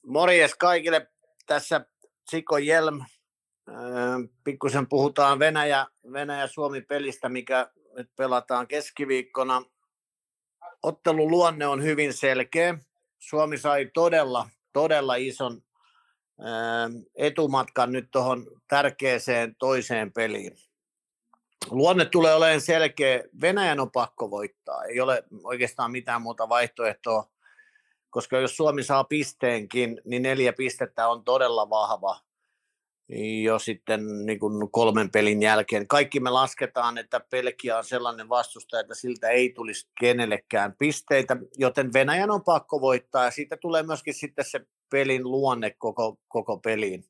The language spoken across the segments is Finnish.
Morjes kaikille. Tässä Siko Jelm. Pikkusen puhutaan Venäjä-Suomi-pelistä, mikä nyt pelataan keskiviikkona. Ottelun luonne on hyvin selkeä. Suomi sai todella ison etumatkan nyt tuohon tärkeäseen toiseen peliin. Luonne tulee olemaan selkeä. Venäjän on pakko voittaa. Ei ole oikeastaan mitään muuta vaihtoehtoa, koska jos Suomi saa pisteenkin, niin 4 pistettä on todella vahva jo sitten niin kuin 3 pelin jälkeen. Kaikki me lasketaan, että Belgia on sellainen vastustaja, että siltä ei tulisi kenellekään pisteitä, joten Venäjän on pakko voittaa ja siitä tulee myöskin sitten se pelin luonne koko peliin.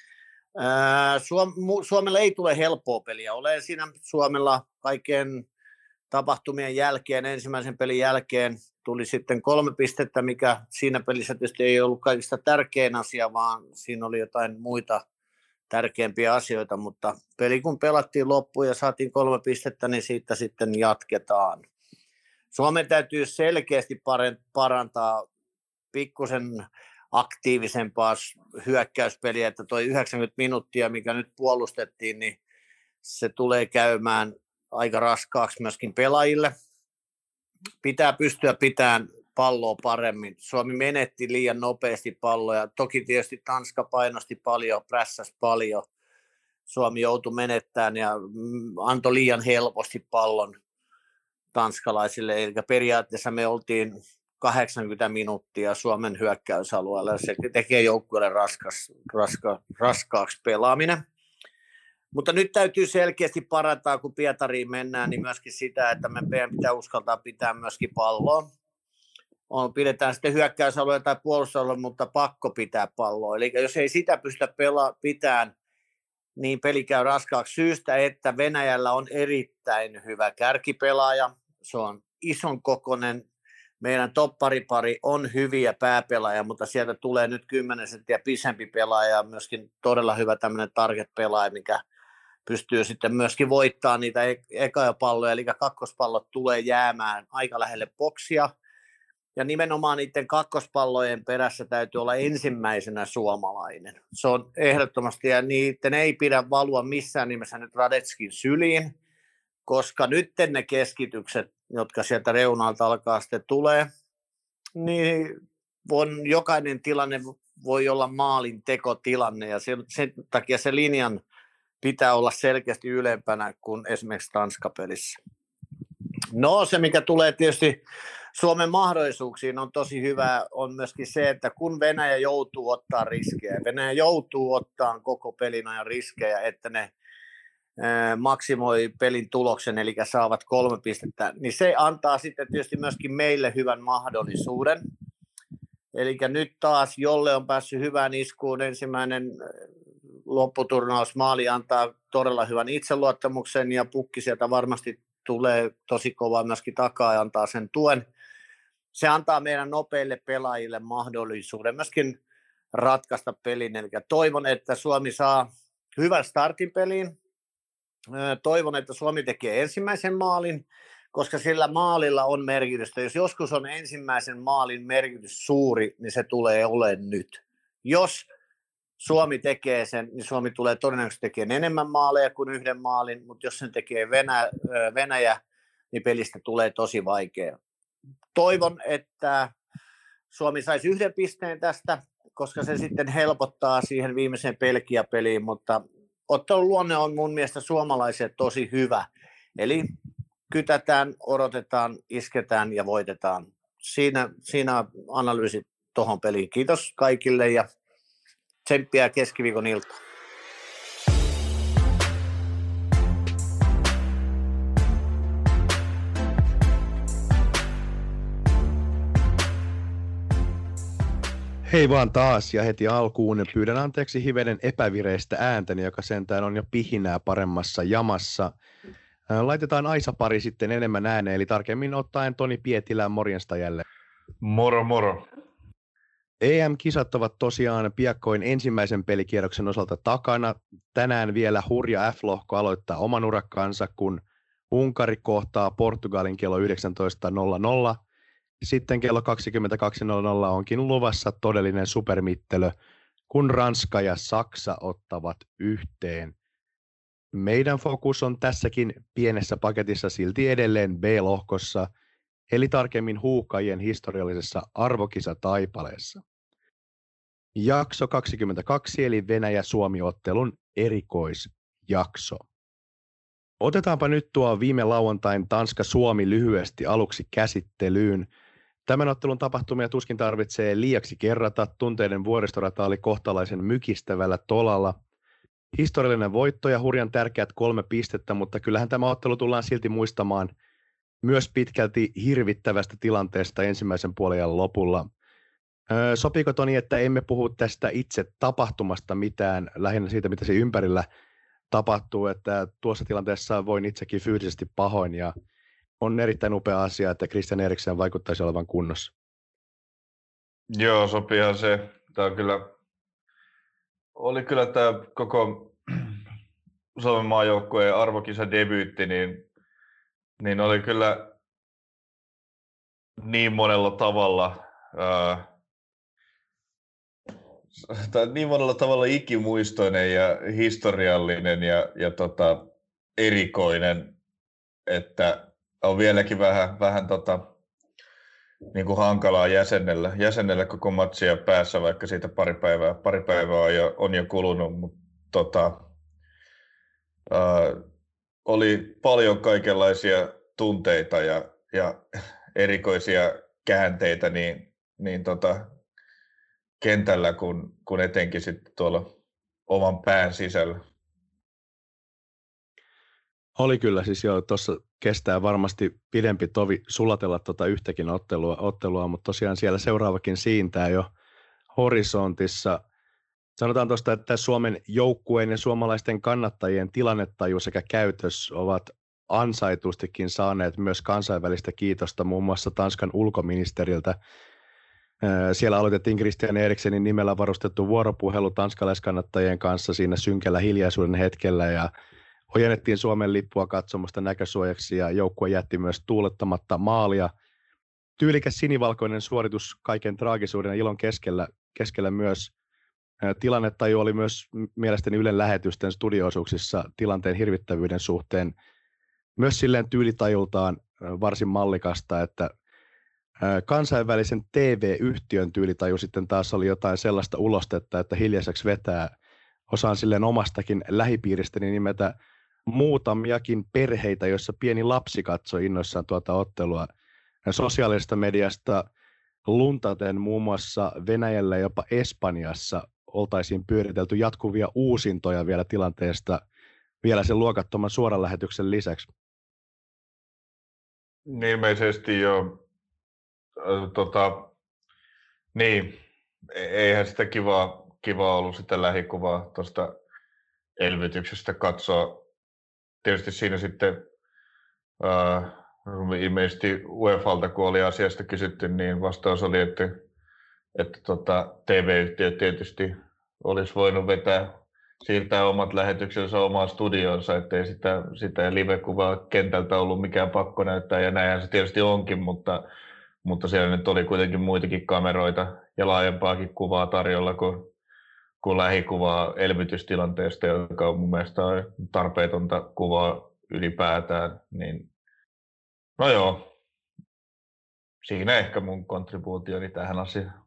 Suomella ei tule helppoa peliä. Olen siinä Suomella kaikkien tapahtumien jälkeen, ensimmäisen pelin jälkeen tuli sitten 3 pistettä, mikä siinä pelissä tietysti ei ollut kaikista tärkein asia, vaan siinä oli jotain muita tärkeämpiä asioita, mutta peli kun pelattiin loppuun ja saatiin 3 pistettä, niin siitä sitten jatketaan. Suomen täytyy selkeästi parantaa pikkusen aktiivisempaa hyökkäyspeliä, että toi 90 minuuttia, mikä nyt puolustettiin, niin se tulee käymään aika raskaaksi myöskin pelaajille. Pitää pystyä pitämään palloa paremmin. Suomi menetti liian nopeasti palloja. Toki tietysti Tanska painosti paljon, prässäsi paljon. Suomi joutui menettämään ja antoi liian helposti pallon tanskalaisille. Eli periaatteessa me oltiin 80 minuuttia Suomen hyökkäysalueella. Se tekee joukkueelle raskaaksi pelaaminen. Mutta nyt täytyy selkeästi parantaa, kun Pietariin mennään, niin myöskin sitä, että meidän pitää uskaltaa pitää myöskin palloa. Pidetään sitten hyökkäysalueella tai puolustusalueella, mutta pakko pitää palloa. Eli jos ei sitä pystytä pitämään, niin peli käy raskaaksi syystä, että Venäjällä on erittäin hyvä kärkipelaaja. Se on ison kokoinen. Meidän topparipari on hyviä pääpelaajia, mutta sieltä tulee nyt 10 senttiä pisempi pelaaja, myöskin todella hyvä tämmöinen target-pelaaja, mikä pystyy sitten myöskin voittamaan niitä ekoja palloja, eli kakkospallot tulee jäämään aika lähelle boksia, ja nimenomaan niiden kakkospallojen perässä täytyy olla ensimmäisenä suomalainen. Se on ehdottomasti, ja niiden ei pidä valua missään nimessä nyt Radetskin syliin, koska nyt ne keskitykset, jotka sieltä reunalta alkaa sitten tulee, niin jokainen tilanne voi olla maalin tekotilanne, ja sen takia se linjan pitää olla selkeästi ylempänä kuin esimerkiksi Tanska-pelissä. No se, mikä tulee tietysti Suomen mahdollisuuksiin, on tosi hyvä, on myöskin se, että kun Venäjä joutuu ottaa riskejä, Venäjä joutuu ottaa koko pelin ajan riskejä, että ne maksimoi pelin tuloksen, eli saavat 3 pistettä, niin se antaa sitten tietysti myöskin meille hyvän mahdollisuuden. Eli nyt taas, jolle on päässyt hyvään iskuun, ensimmäinen lopputurnausmaali antaa todella hyvän itseluottamuksen, ja pukki sieltä varmasti tulee tosi kovaa myöskin takaa ja antaa sen tuen. Se antaa meidän nopeille pelaajille mahdollisuuden myöskin ratkaista pelin, eli toivon, että Suomi saa hyvän startin peliin. Toivon, että Suomi tekee ensimmäisen maalin, koska sillä maalilla on merkitystä. Jos joskus on ensimmäisen maalin merkitys suuri, niin se tulee olemaan nyt. Jos Suomi tekee sen, niin Suomi tulee todennäköisesti tekemään enemmän maaleja kuin 1 maalin, mutta jos sen tekee Venäjä, niin pelistä tulee tosi vaikea. Toivon, että Suomi saisi 1 pisteen tästä, koska se sitten helpottaa siihen viimeiseen Belgia-peliin, mutta ottelun luonne on mun mielestä suomalaisille tosi hyvä. Eli kytätään, odotetaan, isketään ja voitetaan. Siinä analyysi tuohon peliin. Kiitos kaikille ja tsemppiä keskiviikon iltaan. Hei vaan taas, ja heti alkuun pyydän anteeksi hivenen epävireistä ääntäni, joka sentään on jo pihinää paremmassa jamassa. Laitetaan Aisa-pari sitten enemmän ääneen, eli tarkemmin ottaen Toni Pietilä, morjesta jälleen. Moro moro. EM-kisat ovat tosiaan piakkoin ensimmäisen pelikierroksen osalta takana. Tänään vielä hurja F-lohko aloittaa oman urakkansa, kun Unkari kohtaa Portugalin kello 19.00. sitten kello 22.00 onkin luvassa todellinen supermittelö, kun Ranska ja Saksa ottavat yhteen. Meidän fokus on tässäkin pienessä paketissa silti edelleen B-lohkossa, eli tarkemmin huuhkajien historiallisessa arvokisataipaleessa. Jakso 22 eli Venäjä-Suomi-ottelun erikoisjakso. Otetaanpa nyt tuo viime lauantain Tanska-Suomi lyhyesti aluksi käsittelyyn. Tämän ottelun tapahtumia tuskin tarvitsee liiaksi kerrata. Tunteiden vuoristorata oli kohtalaisen mykistävällä tolalla. Historiallinen voitto ja hurjan tärkeät 3 pistettä, mutta kyllähän tämä ottelu tullaan silti muistamaan myös pitkälti hirvittävästä tilanteesta ensimmäisen puoliajan lopulla. Sopiiko Toni, että emme puhu tästä itse tapahtumasta mitään, lähinnä siitä, mitä siinä ympärillä tapahtuu, että tuossa tilanteessa voin itsekin fyysisesti pahoin ja on erittäin upea asia, että Christian Eriksen vaikuttaisi olevan kunnossa. Joo, sopihan se. Oli kyllä tämä koko Suomen maajoukkueen arvokisadebyytti, niin oli kyllä niin monella tavalla ikimuistoinen ja historiallinen ja erikoinen, että on vieläkin vähän niin kuin hankalaa jäsennellä koko matsia päässä, vaikka siitä pari päivää on jo kulunut, mutta oli paljon kaikenlaisia tunteita ja erikoisia käänteitä niin kentällä kun etenkin sitten tuolla oman pään sisällä. Oli kyllä, siis jo tuossa kestää varmasti pidempi tovi sulatella yhtäkin ottelua, mutta tosiaan siellä seuraavakin siintää jo horisontissa. Sanotaan tuosta, että Suomen joukkueen ja suomalaisten kannattajien tilannetaju sekä käytös ovat ansaitustikin saaneet myös kansainvälistä kiitosta muun muassa Tanskan ulkoministeriltä. Siellä aloitettiin Christian Eriksenin nimellä varustettu vuoropuhelu tanskalaiskannattajien kanssa siinä synkällä hiljaisuuden hetkellä ja ojennettiin Suomen lippua katsomusta näkösuojaksi ja joukkue jätti myös tuulettamatta maalia. Tyylikäs sinivalkoinen suoritus kaiken traagisuuden ja ilon keskellä myös. Tilannetaju oli myös mielestäni Ylen lähetysten studio-osuuksissa tilanteen hirvittävyyden suhteen myös silleen tyylitajultaan varsin mallikasta, että kansainvälisen TV-yhtiön tyylitaju sitten taas oli jotain sellaista ulostetta, että hiljaiseksi vetää. Osaan silleen omastakin lähipiiristäni nimetä muutamiakin perheitä, joissa pieni lapsi katsoi innoissaan tuota ottelua. Sosiaalisesta mediasta luntaten muun muassa Venäjällä ja jopa Espanjassa oltaisiin pyöritelty jatkuvia uusintoja vielä tilanteesta vielä sen luokattoman suoran lähetyksen lisäksi. Ilmeisesti jo. Niin, eihän sitä kivaa ollut sitä lähikuvaa tuosta elvytyksestä katsoa. Tietysti siinä sitten ilmeisesti UEFalta, kun oli asiasta kysytty, niin vastaus oli, että TV-yhtiö tietysti olisi voinut siirtää omat lähetyksensä omaan studioonsa, ettei sitä live-kuvaa kentältä ollut mikään pakko näyttää, ja näinhän se tietysti onkin, mutta siellä nyt oli kuitenkin muitakin kameroita ja laajempaakin kuvaa tarjolla kuin lähikuvaa elvytystilanteesta, joka on mun mielestä tarpeetonta kuvaa ylipäätään. Niin, no joo, siinä ehkä mun kontribuutioni tähän asiaan.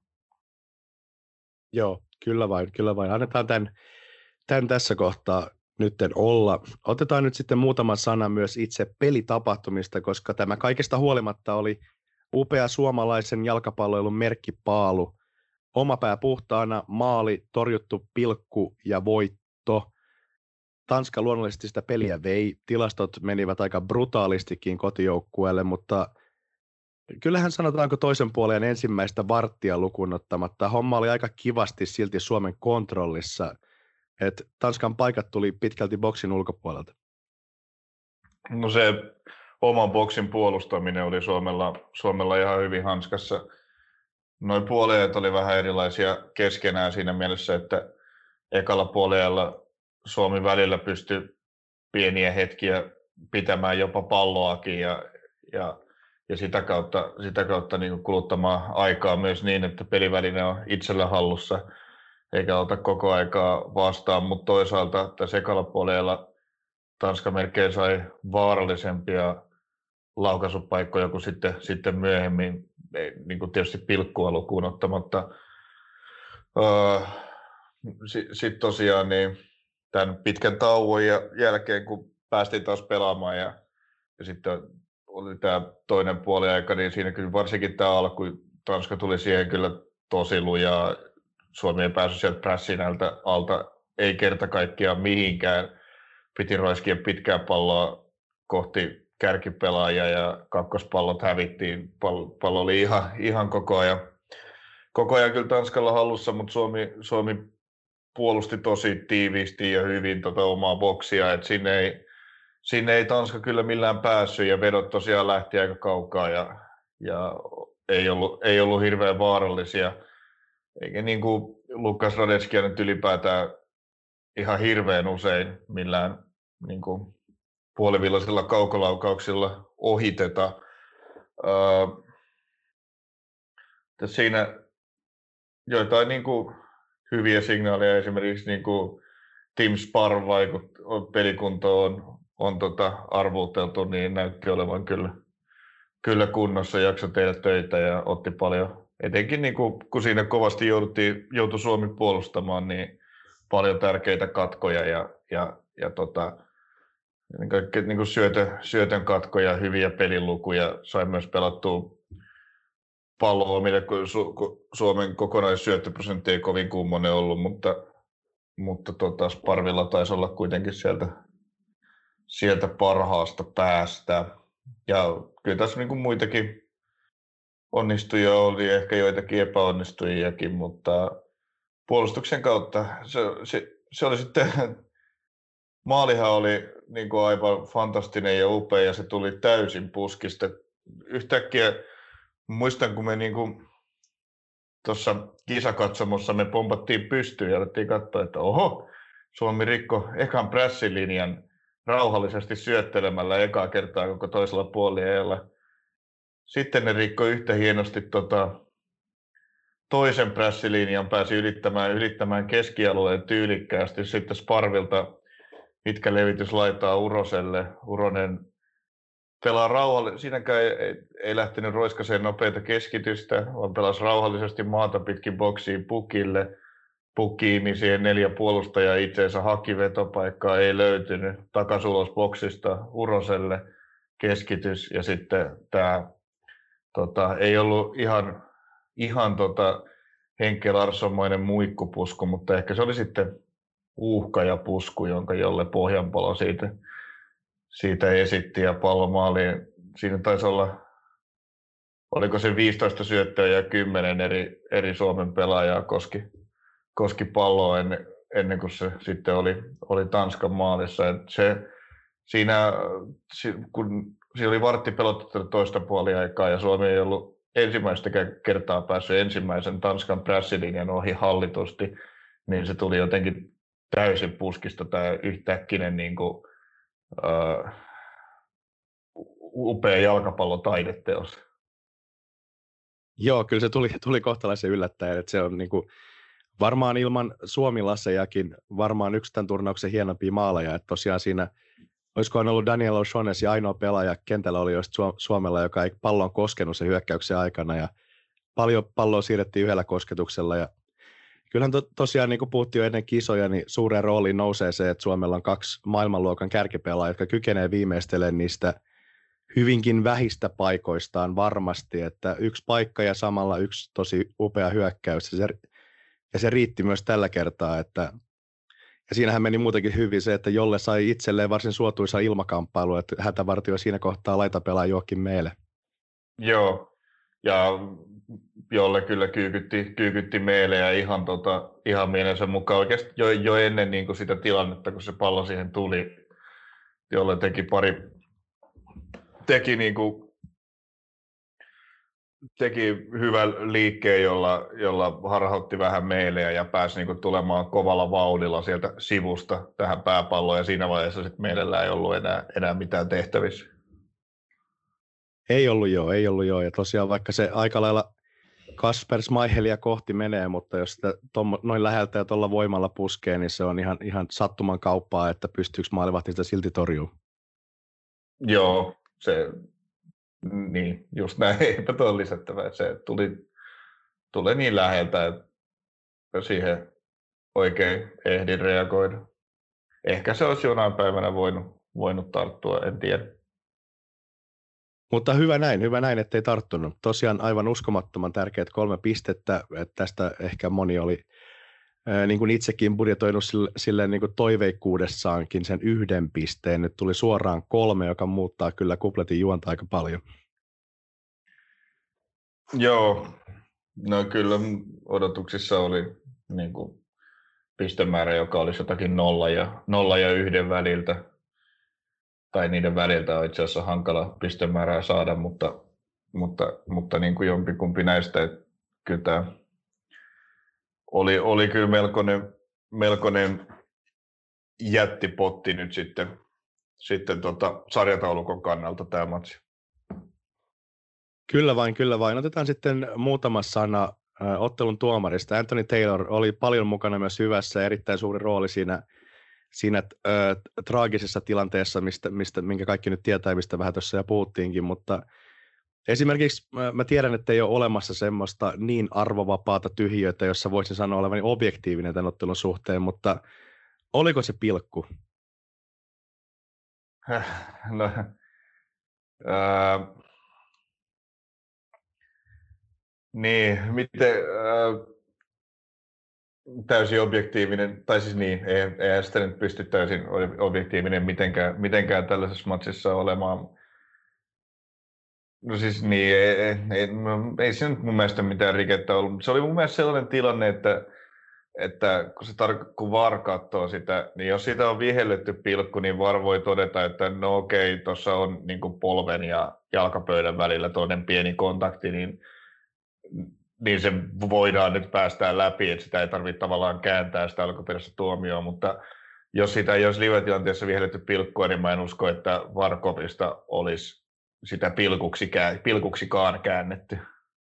Joo, kyllä vain. Annetaan tämän tässä kohtaa nytten olla. Otetaan nyt sitten muutama sana myös itse pelitapahtumista, koska tämä kaikesta huolimatta oli upea suomalaisen jalkapalloilun merkkipaalu. Oma pää puhtaana, maali, torjuttu pilkku ja voitto. Tanska luonnollisesti sitä peliä vei. Tilastot menivät aika brutaalistikin kotijoukkueelle, mutta kyllähän sanotaanko toisen puolen ensimmäistä varttia lukuun ottamatta. Homma oli aika kivasti silti Suomen kontrollissa. Et Tanskan paikat tuli pitkälti boksin ulkopuolelta. No se oman boksin puolustaminen oli Suomella ihan hyvin hanskassa. Noin puoliajat oli vähän erilaisia keskenään siinä mielessä, että ekalla puoliajalla Suomi välillä pystyi pieniä hetkiä pitämään jopa palloakin ja ja sitä kautta niin kuin kuluttamaan aikaa myös niin, että peliväline on itsellä hallussa, eikä ota koko aikaa vastaan, mutta toisaalta tässä ekalla puolella Tanska melkein sai vaarallisempia laukaisupaikkoja kuin sitten myöhemmin, niin kuin tietysti pilkkua lukuun ottamatta. Sitten tosiaan niin tämän pitkän tauon jälkeen, kun päästiin taas pelaamaan ja sitten oli tämä toinen puoliaika, niin siinä kyllä varsinkin tämä alku, Tanska tuli siihen kyllä tosi lujaa. Suomi ei päässyt sieltä prässin alta, ei kerta kaikkiaan mihinkään. Piti roiskia pitkää palloa kohti kärkipelaajia ja kakkospallot hävittiin. Pallo oli ihan koko ajan kyllä Tanskalla hallussa, mutta Suomi puolusti tosi tiiviisti ja hyvin omaa boksia, että sinne ei Tanska kyllä millään päässyt ja vedot tosiaan lähti aika kaukaa ja ei ollut hirveän vaarallisia. Eikä niin kuin Lukas Radetskia nyt ylipäätään ihan hirveän usein millään niin kuin puolivillaisilla kaukolaukauksilla ohiteta. Siinä joitain niin kuin hyviä signaaleja, esimerkiksi niin kuin Tim Sparv pelikunto on arvuuteltu, niin näytti olevan kyllä kunnossa, jaksoi tehdä töitä ja otti paljon, etenkin niin kuin, kun siinä kovasti joutui Suomi puolustamaan, niin paljon tärkeitä katkoja ja niin kuin syötön katkoja, hyviä pelilukuja, sai myös pelattua palloa, kun Suomen kokonaissyöttöprosentti ei kovin kummonen ollut, mutta Sparvilla taisi olla kuitenkin sieltä parhaasta päästä. Ja kyllä tässä niin kuin muitakin onnistujia oli, ehkä joitakin epäonnistujiakin, mutta puolustuksen kautta se oli sitten, maalihan oli niin kuin aivan fantastinen ja upea ja se tuli täysin puskista. Yhtäkkiä muistan, kun me niin kuin tuossa kisakatsomossa me pompattiin pystyyn ja alettiin katsoa, että oho, Suomi rikko ekan prässilinjan rauhallisesti syöttelemällä ekaa kertaa koko toisella puoliajalla. Sitten ne rikko yhtä hienosti toisen prässilinjan, pääsi ylittämään keskialueen tyylikkäästi. Sitten Sparvilta pitkä levitys laitaa Uroselle. Uronen pelaa rauhallisesti, siinäkään ei lähtenyt roiskaseen nopeita keskitystä, vaan pelasi rauhallisesti maata pitkin boksiin pukiin, niin siihen 4 puolustajaa itseensä haki vetopaikkaa, ei löytynyt, takasulos boksista Uroselle keskitys ja sitten tämä ei ollut ihan Henke Larssonmainen muikkupusku, mutta ehkä se oli sitten uhka ja pusku, jolle Pohjanpalo siitä esitti ja pallo maaliin. Siinä taisi olla, oliko se 15 syöttöä ja 10 eri Suomen pelaajaa koski palloa ennen kuin se sitten oli Tanskan maalissa. Kun siinä oli vartti pelottu toista puoliaikaa ja Suomi ei ollut ensimmäistä kertaa päässyt ensimmäisen Tanskan prässilinjan ohi hallitusti, niin se tuli jotenkin täysin puskista tämä yhtäkkinen niin kuin, upea jalkapallotaideteos. Joo, kyllä se tuli kohtalaisen yllättäen, että se on niin kuin, varmaan ilman Suomi-lassejakin varmaan yksi tämän turnauksen hienompia maaleja, että tosiaan siinä olisikohan ollut Daniel O'Shaughnessy ainoa pelaaja kentällä oli just Suomella, joka ei pallon koskenut sen hyökkäyksen aikana ja paljon palloa siirrettiin yhdellä kosketuksella ja kyllähän tosiaan niin kuin puhuttiin jo ennen kisoja, niin suureen rooliin nousee se, että Suomella on 2 maailmanluokan kärkipelaajaa, jotka kykenee viimeistelemään niistä hyvinkin vähistä paikoistaan varmasti, että 1 paikka ja samalla 1 tosi upea hyökkäys ja se riitti myös tällä kertaa, ja siinähän meni muutenkin hyvin se, että Jolle sai itselleen varsin suotuisa ilmakamppailu, että hätävartio siinä kohtaa laitapelaa Joakim meille. Joo, ja Jolle kyllä kyykytti meille ja ihan mielensä mukaan oikeasti jo ennen niin kuin sitä tilannetta, kun se pallo siihen tuli. Jolle teki hyvän liikkeen, jolla harhautti vähän meille ja pääsi niin kuin tulemaan kovalla vauhdilla sieltä sivusta tähän pääpalloon ja siinä vaiheessa sitten meillä ei ollut enää mitään tehtävissä. Ei ollut joo. Ja tosiaan vaikka se aika lailla Kasper Schmeichelia kohti menee, mutta jos sitä noin läheltä ja tuolla voimalla puskee, niin se on ihan sattuman kauppaa, että pystyykö maalivahti sitä silti torjumaan. Joo, niin, just näin, eipä tuo lisättävä, että se tuli niin läheltä, että siihen oikein ehdin reagoida. Ehkä se olisi jonain päivänä voinut tarttua, en tiedä. Mutta hyvä näin, ettei tarttunut. Tosiaan aivan uskomattoman tärkeät 3 pistettä, että tästä ehkä moni oli niin kuin itsekin budjetoinut silleen niin kuin toiveikkuudessaankin sen 1 pisteen. Nyt tuli suoraan 3, joka muuttaa kyllä kupletin juonta aika paljon. Joo, no kyllä odotuksissa oli niin kuin pistemäärä, joka olisi jotakin 0 ja 1 väliltä. Tai niiden väliltä on itse asiassa hankala pistemäärää saada, mutta niin kuin jompikumpi näistä, että kyllä tämä oli kyllä melkoinen jättipotti nyt sitten sarjataulukon kannalta tämä matsi. Kyllä vain. Otetaan sitten muutama sana ottelun tuomarista. Anthony Taylor oli paljon mukana myös hyvässä, erittäin suuri rooli siinä traagisessa tilanteessa, minkä kaikki nyt tietää, mistä vähän tuossa jo puhuttiinkin, mutta esimerkiksi mä tiedän, että ei ole olemassa semmoista niin arvovapaata tyhjiötä, jossa voisin sanoa olevani objektiivinen tämän ottelun suhteen, mutta oliko se pilkku? No, niin, miten täysin objektiivinen, tai siis niin, eihän sitä nyt pysty täysin objektiivinen mitenkään tällaisessa matsissa olemaan. No siis niin, ei se nyt mun mielestä mitään rikettä ollut. Se oli mun mielestä sellainen tilanne, että kun VAR katsoo sitä, niin jos siitä on vihelletty pilkku, niin VAR voi todeta, että no okei, tuossa on niin kuin polven ja jalkapöydän välillä toinen pieni kontakti, niin se voidaan nyt päästää läpi, että sitä ei tarvitse tavallaan kääntää sitä alkuperäistä tuomioon, mutta jos sitä ei olisi live-tilanteessa vihelletty pilkkua, niin mä en usko, että VAR-kopista olisi sitä pilkuksikaan käännetty.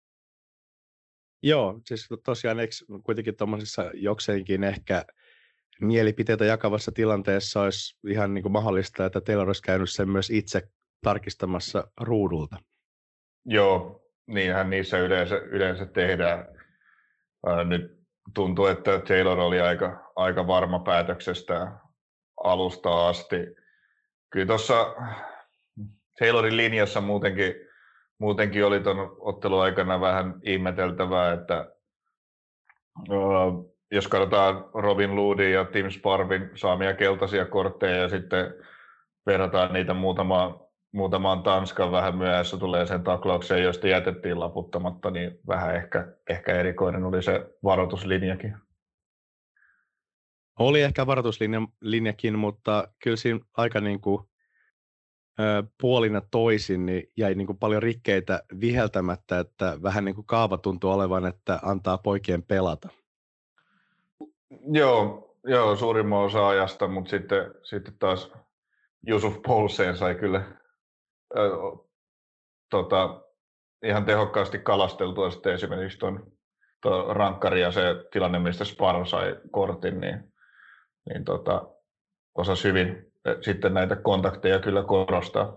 Joo, siis tosiaan eikö kuitenkin tuommoisessa jokseenkin ehkä mielipiteitä jakavassa tilanteessa olisi ihan niin kuin mahdollista, että Taylor olisi käynyt sen myös itse tarkistamassa ruudulta. Joo, niinhän niissä yleensä tehdään. Nyt tuntuu, että Taylor oli aika varma päätöksestä alusta asti. Kyllä tuossa Taylorin linjassa muutenkin oli tuon ottelun aikana vähän ihmeteltävää, että jos katsotaan Robin Loodin ja Tim Sparvin saamia keltaisia kortteja ja sitten verrataan niitä muutamaan Tanskan vähän myöhässä tulee sen taklaukseen, josta jätettiin laputtamatta, niin vähän ehkä erikoinen oli se varoituslinjakin. Oli ehkä varoituslinjakin, mutta kyllä siinä aika niin kuin puolina toisin niin jäi niin kuin paljon rikkeitä viheltämättä, että vähän niin kuin kaava tuntuu olevan, että antaa poikien pelata. Joo, suurimman osa ajasta, mutta sitten taas Yusuf Poulsen sai kyllä ihan tehokkaasti kalasteltua sitten esimerkiksi tuon rankkari ja se tilanne, mistä Spar sai kortin, niin osasi hyvin sitten näitä kontakteja kyllä korostaa.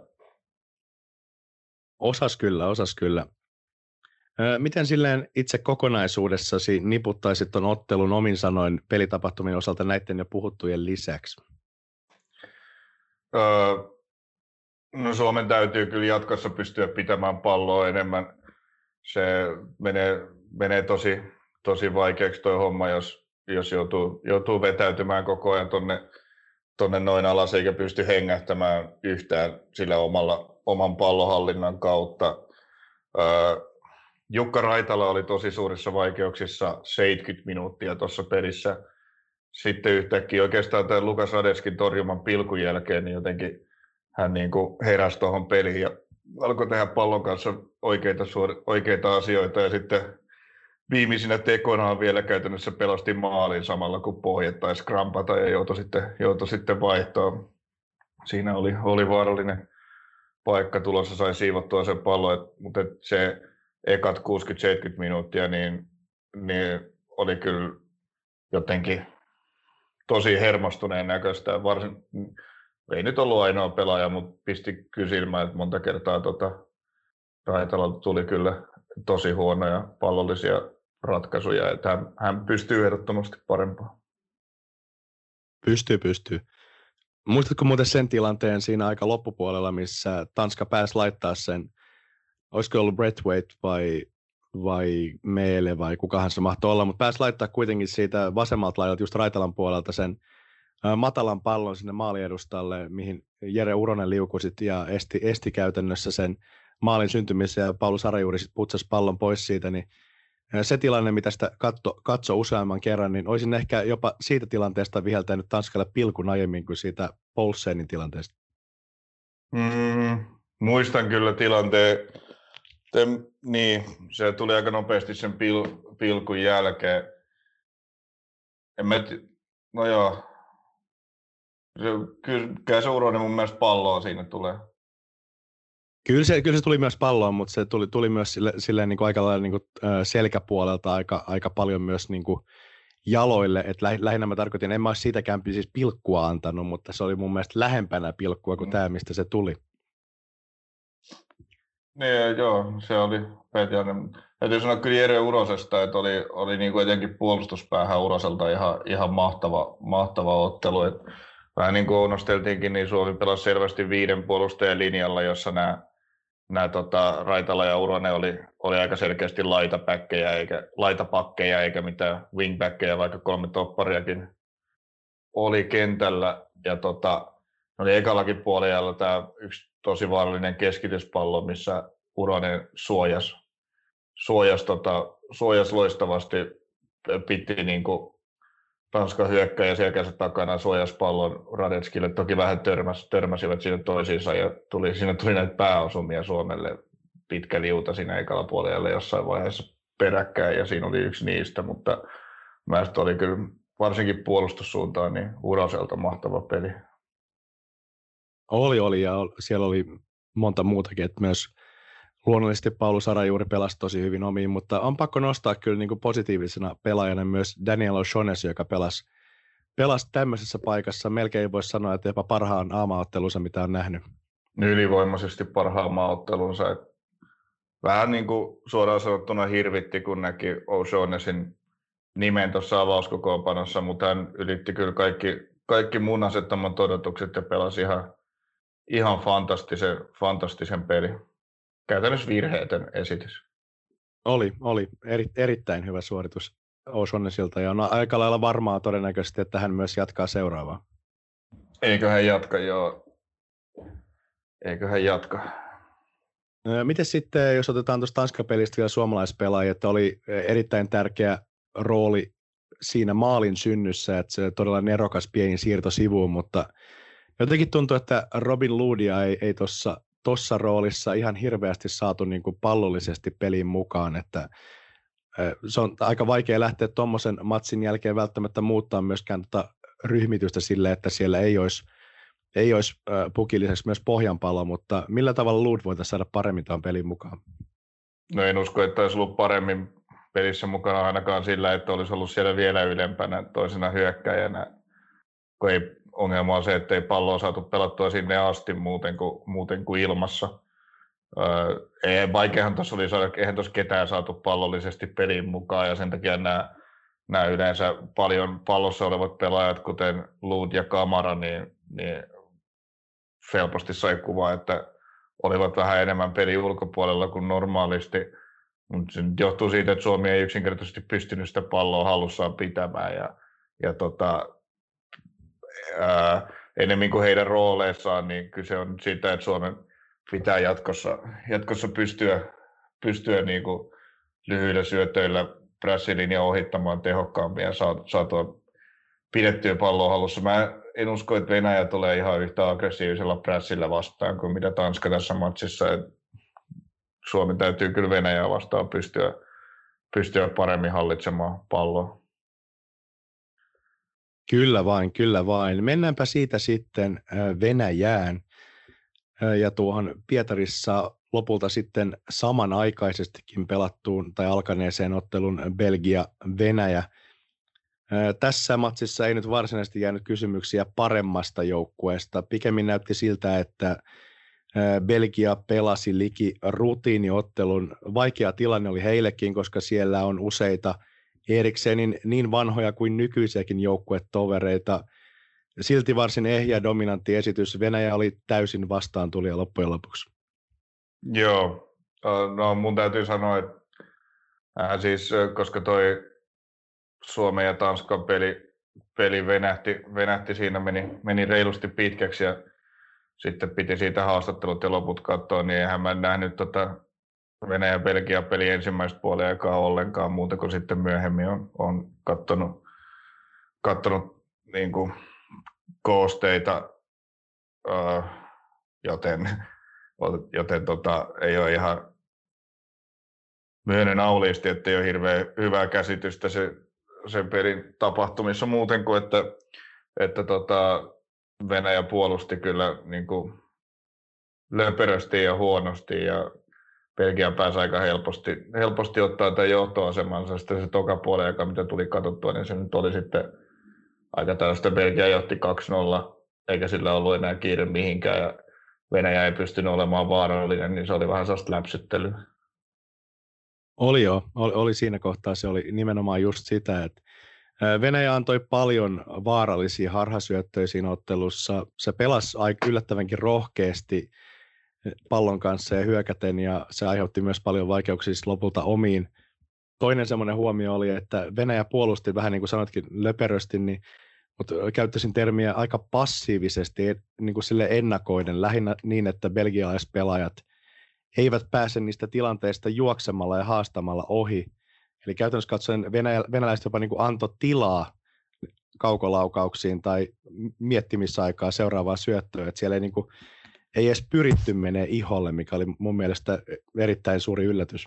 Osas kyllä. Miten silleen itse kokonaisuudessasi niputtaisit tuon ottelun omin sanoin pelitapahtumien osalta näiden jo puhuttujen lisäksi? No Suomen täytyy kyllä jatkossa pystyä pitämään palloa enemmän. Se menee tosi vaikeaksi tuo homma, jos joutuu vetäytymään koko ajan tonne noin alas eikä pysty hengähtämään yhtään sillä oman pallonhallinnan kautta. Jukka Raitala oli tosi suurissa vaikeuksissa 70 minuuttia tuossa pelissä. Sitten yhtäkkiä oikeastaan tämän Lukas Radetskin torjuman pilkun jälkeen niin jotenkin hän niin kuin heräsi tuohon peliin ja alkoi tehdä pallon kanssa oikeita asioita ja sitten viimeisinä tekonaan vielä käytännössä pelasti maalin samalla kun pohjat taisi krampata ja joutui sitten vaihtoon. Siinä oli paikka tulossa, sai siivottua sen pallon, mutta se ekat 60-70 minuuttia niin oli kyllä jotenkin tosi hermostuneen näköistä. Ei nyt ollut ainoa pelaaja, mutta pisti kyllä silmään, että monta kertaa Raitalalta tuli kyllä tosi huonoja pallollisia ratkaisuja, että hän pystyy ehdottomasti parempaan. Pystyy. Muistatko muuten sen tilanteen siinä aika loppupuolella, missä Tanska pääsi laittaa sen, olisiko ollut Braithwaite vai Meele vai kukahan se mahtoi olla, mutta pääsi laittaa kuitenkin siitä vasemmalta laidalta just Raitalan puolelta sen matalan pallon sinne maaliedustalle, mihin Jere Uronen liukui ja esti käytännössä sen maalin syntymisen ja Paulus Arajuuri sitten putsasi pallon pois siitä, niin se tilanne, mitä sitä katsoi useamman kerran, niin olisin ehkä jopa siitä tilanteesta viheltänyt Tanskalle pilkun aiemmin kuin siitä Poulsenin tilanteesta. Muistan kyllä tilanteen. Niin, se tuli aika nopeasti sen pilkun jälkeen. No joo. Kyllä se Uronen mun mielestä palloa siinä tulee. Kyllä se tuli myös palloon, mutta se tuli myös silleen niin kuin aika lailla niin kuin selkäpuolelta aika paljon myös niin kuin jaloille. Et lähinnä mä tarkoitin, en mä olisi siitäkään siis pilkkua antanut, mutta se oli mun mielestä lähempänä pilkkua kuin tämä, mistä se tuli. Niin, joo, se oli Petjanen. Täytyy sanoa kyllä Jere Urosesta, että oli niin kuin etenkin puolustuspäähän Uroselta ihan mahtava ottelu. Et vähän niin kuin unosteltiinkin, niin Suomi pelasi selvästi 5 puolustajan linjalla, jossa nämä Raitala ja Uronen oli aika selkeästi laitapakkeja eikä mitään wingbackkejä, vaikka 3 toppariakin oli kentällä. Ja oli ekallakin puolella tämä yksi tosi vaarallinen keskityspallo, missä Uronen suojas loistavasti, piti niin kuin Tanskan hyökkäjä selkänsä takana, suojasi pallon Radetskille. Toki vähän törmäsivät siinä toisiinsa ja siinä tuli näitä pääosumia Suomelle. Pitkä liuta siinä ekalla puolella jossain vaiheessa peräkkäin ja siinä oli yksi niistä, mutta mielestäni oli kyllä varsinkin puolustussuuntaan niin Uroselta mahtava peli. Oli ja siellä oli monta muutakin, että myös luonnollisesti Paulus Arajuuri pelasi tosi hyvin omiin, mutta on pakko nostaa kyllä niin kuin positiivisena pelaajana myös Daniel O'Shaughnessy, joka pelasi tämmöisessä paikassa. Melkein voisi sanoa, että jopa parhaan aamaottelunsa, mitä on nähnyt. Ylivoimaisesti parhaan maaottelunsa. Vähän niin kuin suoraan sanottuna hirvitti, kun näki O'Shaughnessyn nimen tuossa avauskokoonpanossa, mutta hän ylitti kyllä kaikki mun asettamat odotukset ja pelasi ihan fantastisen peli. Käytännössä virheetön esitys. Oli erittäin hyvä suoritus O'Shaughnessilta ja on aika lailla varmaa todennäköisesti, että hän myös jatkaa seuraavaa. Eiköhän jatka, joo. Eiköhän jatka. Miten sitten, jos otetaan tuosta Tanska-pelistä vielä suomalaispelaajia, että oli erittäin tärkeä rooli siinä maalin synnyssä, että se todella nerokas pieni siirto sivuun, mutta jotenkin tuntuu, että Robin Loodia ei tuossa roolissa ihan hirveästi saatu niin kuin pallollisesti peliin mukaan, että se on aika vaikea lähteä tuommoisen matsin jälkeen välttämättä muuttaa myöskään ryhmitystä sille, että siellä ei olisi pukin lisäksi myös pohjanpallo, mutta millä tavalla Lood voitaisiin saada paremmin tuon pelin mukaan? No en usko, että olisi ollut paremmin pelissä mukana ainakaan sillä, että olisi ollut siellä vielä ylempänä toisena hyökkäjänä, kun ongelma on se, että ei palloa saatu pelattua sinne asti muuten kuin ilmassa. Vaikeahan tuossa oli saada, eihän tuossa ketään saatu pallollisesti peliin mukaan, ja sen takia nämä yleensä paljon pallossa olevat pelaajat, kuten Lood ja Kamara, niin helposti sai kuvaa, että olivat vähän enemmän pelin ulkopuolella kuin normaalisti. Mutta se johtuu siitä, että Suomi ei yksinkertaisesti pystynyt sitä palloa hallussaan pitämään. Enemmän kuin heidän rooleissaan, niin kyse on siitä, että Suomen pitää jatkossa pystyä niin kuin lyhyillä syötöillä prässilinja ohittamaan tehokkaammin ja saatua pidettyä palloa hallussa. Mä en usko, että Venäjä tulee ihan yhtä aggressiivisella prässillä vastaan kuin mitä Tanska tässä matsissa. Suomi täytyy kyllä Venäjää vastaan pystyä paremmin hallitsemaan palloa. Kyllä vain. Mennäänpä siitä sitten Venäjään. Ja tuohon Pietarissa lopulta sitten samanaikaisestikin pelattuun tai alkaneeseen ottelun Belgia-Venäjä. Tässä matsissa ei nyt varsinaisesti jäänyt kysymyksiä paremmasta joukkueesta. Pikemmin näytti siltä, että Belgia pelasi liki rutiiniottelun. Vaikea tilanne oli heillekin, koska siellä on useita Eriksenin niin vanhoja kuin nykyisiäkin joukkuetovereita. Silti varsin ehjä dominantti esitys. Venäjä oli täysin vastaantulija loppujen lopuksi. Joo, no mun täytyy sanoa, että siis koska toi Suomen ja Tanskan peli venähti siinä, meni reilusti pitkäksi ja sitten piti siitä haastattelut ja loput katsoa, niin eihän mä nähnyt Venäjä-Belgia-peli ensimmäistä puolen aikaa ollenkaan muuta kuin sitten myöhemmin on kattonut niin kuin koosteita, joten ei ole ihan myönnän auliisti, että ei ole hirveän hyvää käsitystä sen pelin tapahtumissa muuten kuin, että Venäjä puolusti kyllä niin kuin löperösti ja huonosti ja Belgia pääsi aika helposti ottaa tämän johtoasemansa. Sitten se toka puolen aika, mitä tuli katsottua, niin se nyt oli sitten aika tällaista. Belgia johti 2-0, eikä sillä ollut enää kiire mihinkään ja Venäjä ei pystynyt olemaan vaarallinen, niin se oli vähän sellaista läpsyttelyä. Oli siinä kohtaa, se oli nimenomaan just sitä, että Venäjä antoi paljon vaarallisia harhasyöttöjä siinä ottelussa. Se pelasi aika yllättävänkin rohkeasti pallon kanssa ja hyökäten, ja se aiheutti myös paljon vaikeuksia lopulta omiin. Toinen semmoinen huomio oli, että Venäjä puolusti vähän niin kuin sanotkin löperösti, mutta käyttäisin termiä aika passiivisesti, niin kuin sille ennakoiden, lähinnä niin, että belgialaispelaajat eivät pääse niistä tilanteista juoksemalla ja haastamalla ohi. Eli käytännössä katsoen venäläiset jopa niin kuin antoi tilaa kaukolaukauksiin tai miettimisaikaa seuraavaa syöttöä. Että siellä ei edes pyritty menee iholle, mikä oli mun mielestä erittäin suuri yllätys.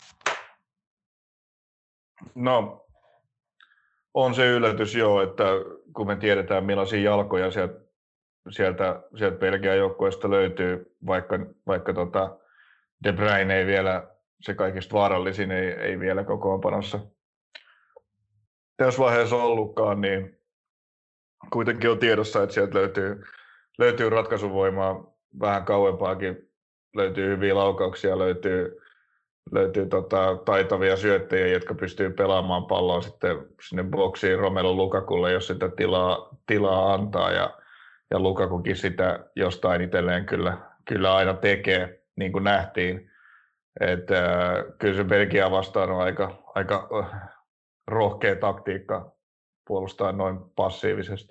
No, on se yllätys joo, että kun me tiedetään millaisia jalkoja sieltä Belgian joukkueesta löytyy, vaikka De Bruyne ei vielä, se kaikista vaarallisin ei vielä kokoonpanossa tässä vaiheessa ollutkaan, niin kuitenkin on tiedossa, että sieltä löytyy ratkaisuvoimaa vähän kauempaakin, löytyy hyviä laukauksia, löytyy taitavia syöttäjiä, jotka pystyy pelaamaan palloa sitten sinne boksiin Romelu Lukakulle, jos sitä tilaa antaa, ja Lukakukin sitä jostain itselleen kyllä aina tekee, niin kuin nähtiin. Kyllä se Belgia vastaan on aika rohkea taktiikka puolustaa noin passiivisesti.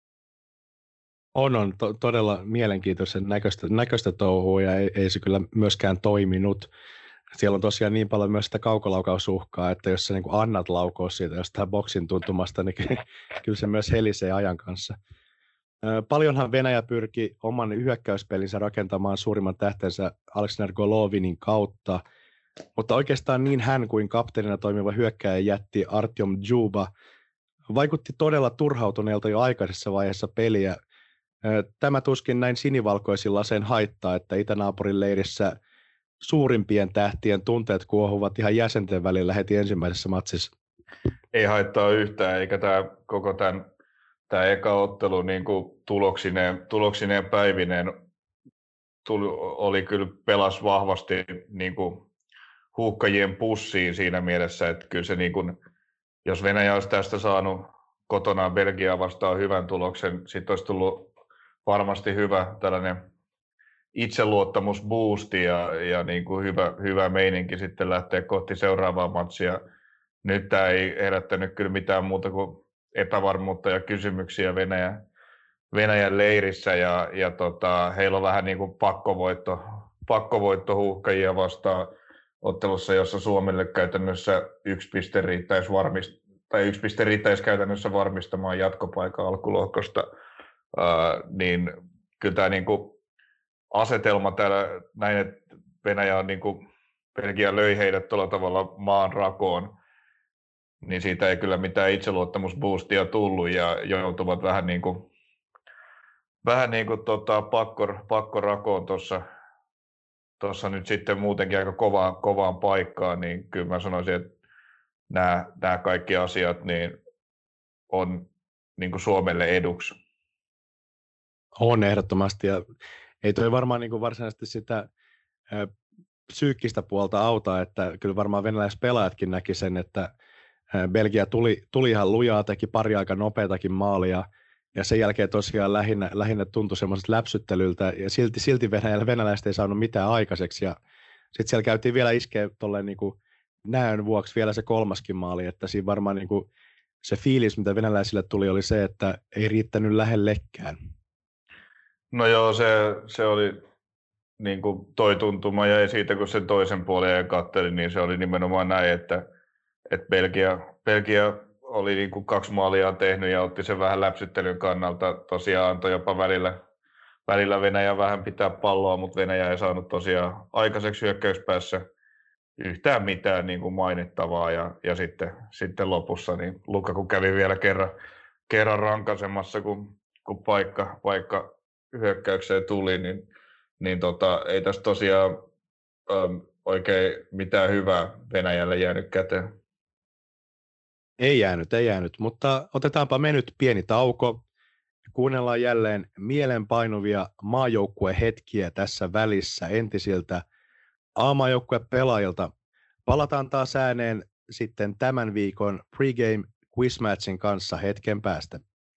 On todella mielenkiintoisen näköistä touhua ja ei se kyllä myöskään toiminut. Siellä on tosiaan niin paljon myös sitä kaukolaukaisuhkaa, että jos sä niin kuin annat laukaus siitä jostain boksin tuntumasta, niin kyllä se myös helisee ajan kanssa. Paljonhan Venäjä pyrki oman hyökkäyspelinsä rakentamaan suurimman tähtensä Aleksandr Golovinin kautta, mutta oikeastaan niin hän kuin kapteenina toimiva hyökkääjä jätti Artyom Djuba vaikutti todella turhautuneelta jo aikaisessa vaiheessa peliä. Tämä tuskin näin sinivalkoisilla sen haittaa, että itänaapurin leirissä suurimpien tähtien tunteet kuohuvat ihan jäsenten välillä heti ensimmäisessä matsissa. Ei haittaa yhtään, eikä tämä eka ottelu niin kuin tuloksineen päivineen oli kyllä pelas vahvasti niin kuin huuhkajien pussiin siinä mielessä, että kyllä se niin kuin, jos Venäjä olisi tästä saanut kotonaan Belgiaa vastaan hyvän tuloksen, sitten olisi tullut varmasti hyvä tällainen itseluottamusboosti ja niin kuin hyvä meininki sitten lähteä kohti seuraavaa matsia. Nyt tämä ei herättänyt kyllä mitään muuta kuin epävarmuutta ja kysymyksiä Venäjän leirissä ja heillä on vähän niin kuin pakkovoitto huuhkajia vastaan ottelussa, jossa Suomelle käytännössä yksi piste riittäisi käytännössä varmistamaan jatkopaikan alkulohkosta, niin kyllä tämä niin kuin asetelma täällä näin, että Venäjä on niin kuin Belgia löi heidät tuolla tavalla maan rakoon, niin siitä ei kyllä mitään itseluottamusboostia tullut ja joutuvat vähän niin kuin vähän niin kuin pakkorakoon tuossa nyt sitten muutenkin aika kovaan paikkaan, niin kyllä mä sanoisin, että nämä kaikki asiat niin on niin kuin Suomelle eduksi. On ehdottomasti, ja ei toi varmaan niin kuin varsinaisesti sitä psyykkistä puolta auta, että kyllä varmaan venäläispelaajatkin näki sen, että Belgia tuli ihan lujaa, teki pari aika nopeatakin maalia, ja sen jälkeen tosiaan lähinnä tuntui semmoiset läpsyttelyltä, ja silti venäläiset ei saanut mitään aikaiseksi, ja sitten siellä käytiin vielä iskeä tolleen niin kuin näön vuoksi vielä se kolmaskin maali, että siinä varmaan niin kuin se fiilis, mitä venäläisille tuli, oli se, että ei riittänyt lähellekään. No joo, se oli niin kuin toi tuntuma jäi siitä, kun sen toisen puolen katselin, niin se oli nimenomaan näin, että Belgia oli niin kuin 2 maalia tehnyt ja otti sen vähän läpsyttelyn kannalta. Tosiaan antoi jopa välillä Venäjä vähän pitää palloa, mutta Venäjä ei saanut tosiaan aikaiseksi hyökkäyspäässä yhtään mitään niin kuin mainittavaa. Ja sitten lopussa niin Lukaku kävi vielä kerran rankaisemassa, kun paikka hyökkäykseen tuli, niin ei tässä tosiaan oikein mitään hyvää Venäjälle jäänyt käteen. Ei jäänyt, mutta otetaanpa me nyt pieni tauko. Kuunnellaan jälleen mielenpainuvia maajoukkuehetkiä tässä välissä entisiltä A-maajoukkuepelaajilta. Palataan taas ääneen sitten tämän viikon pregame quizmatchin kanssa hetken päästä.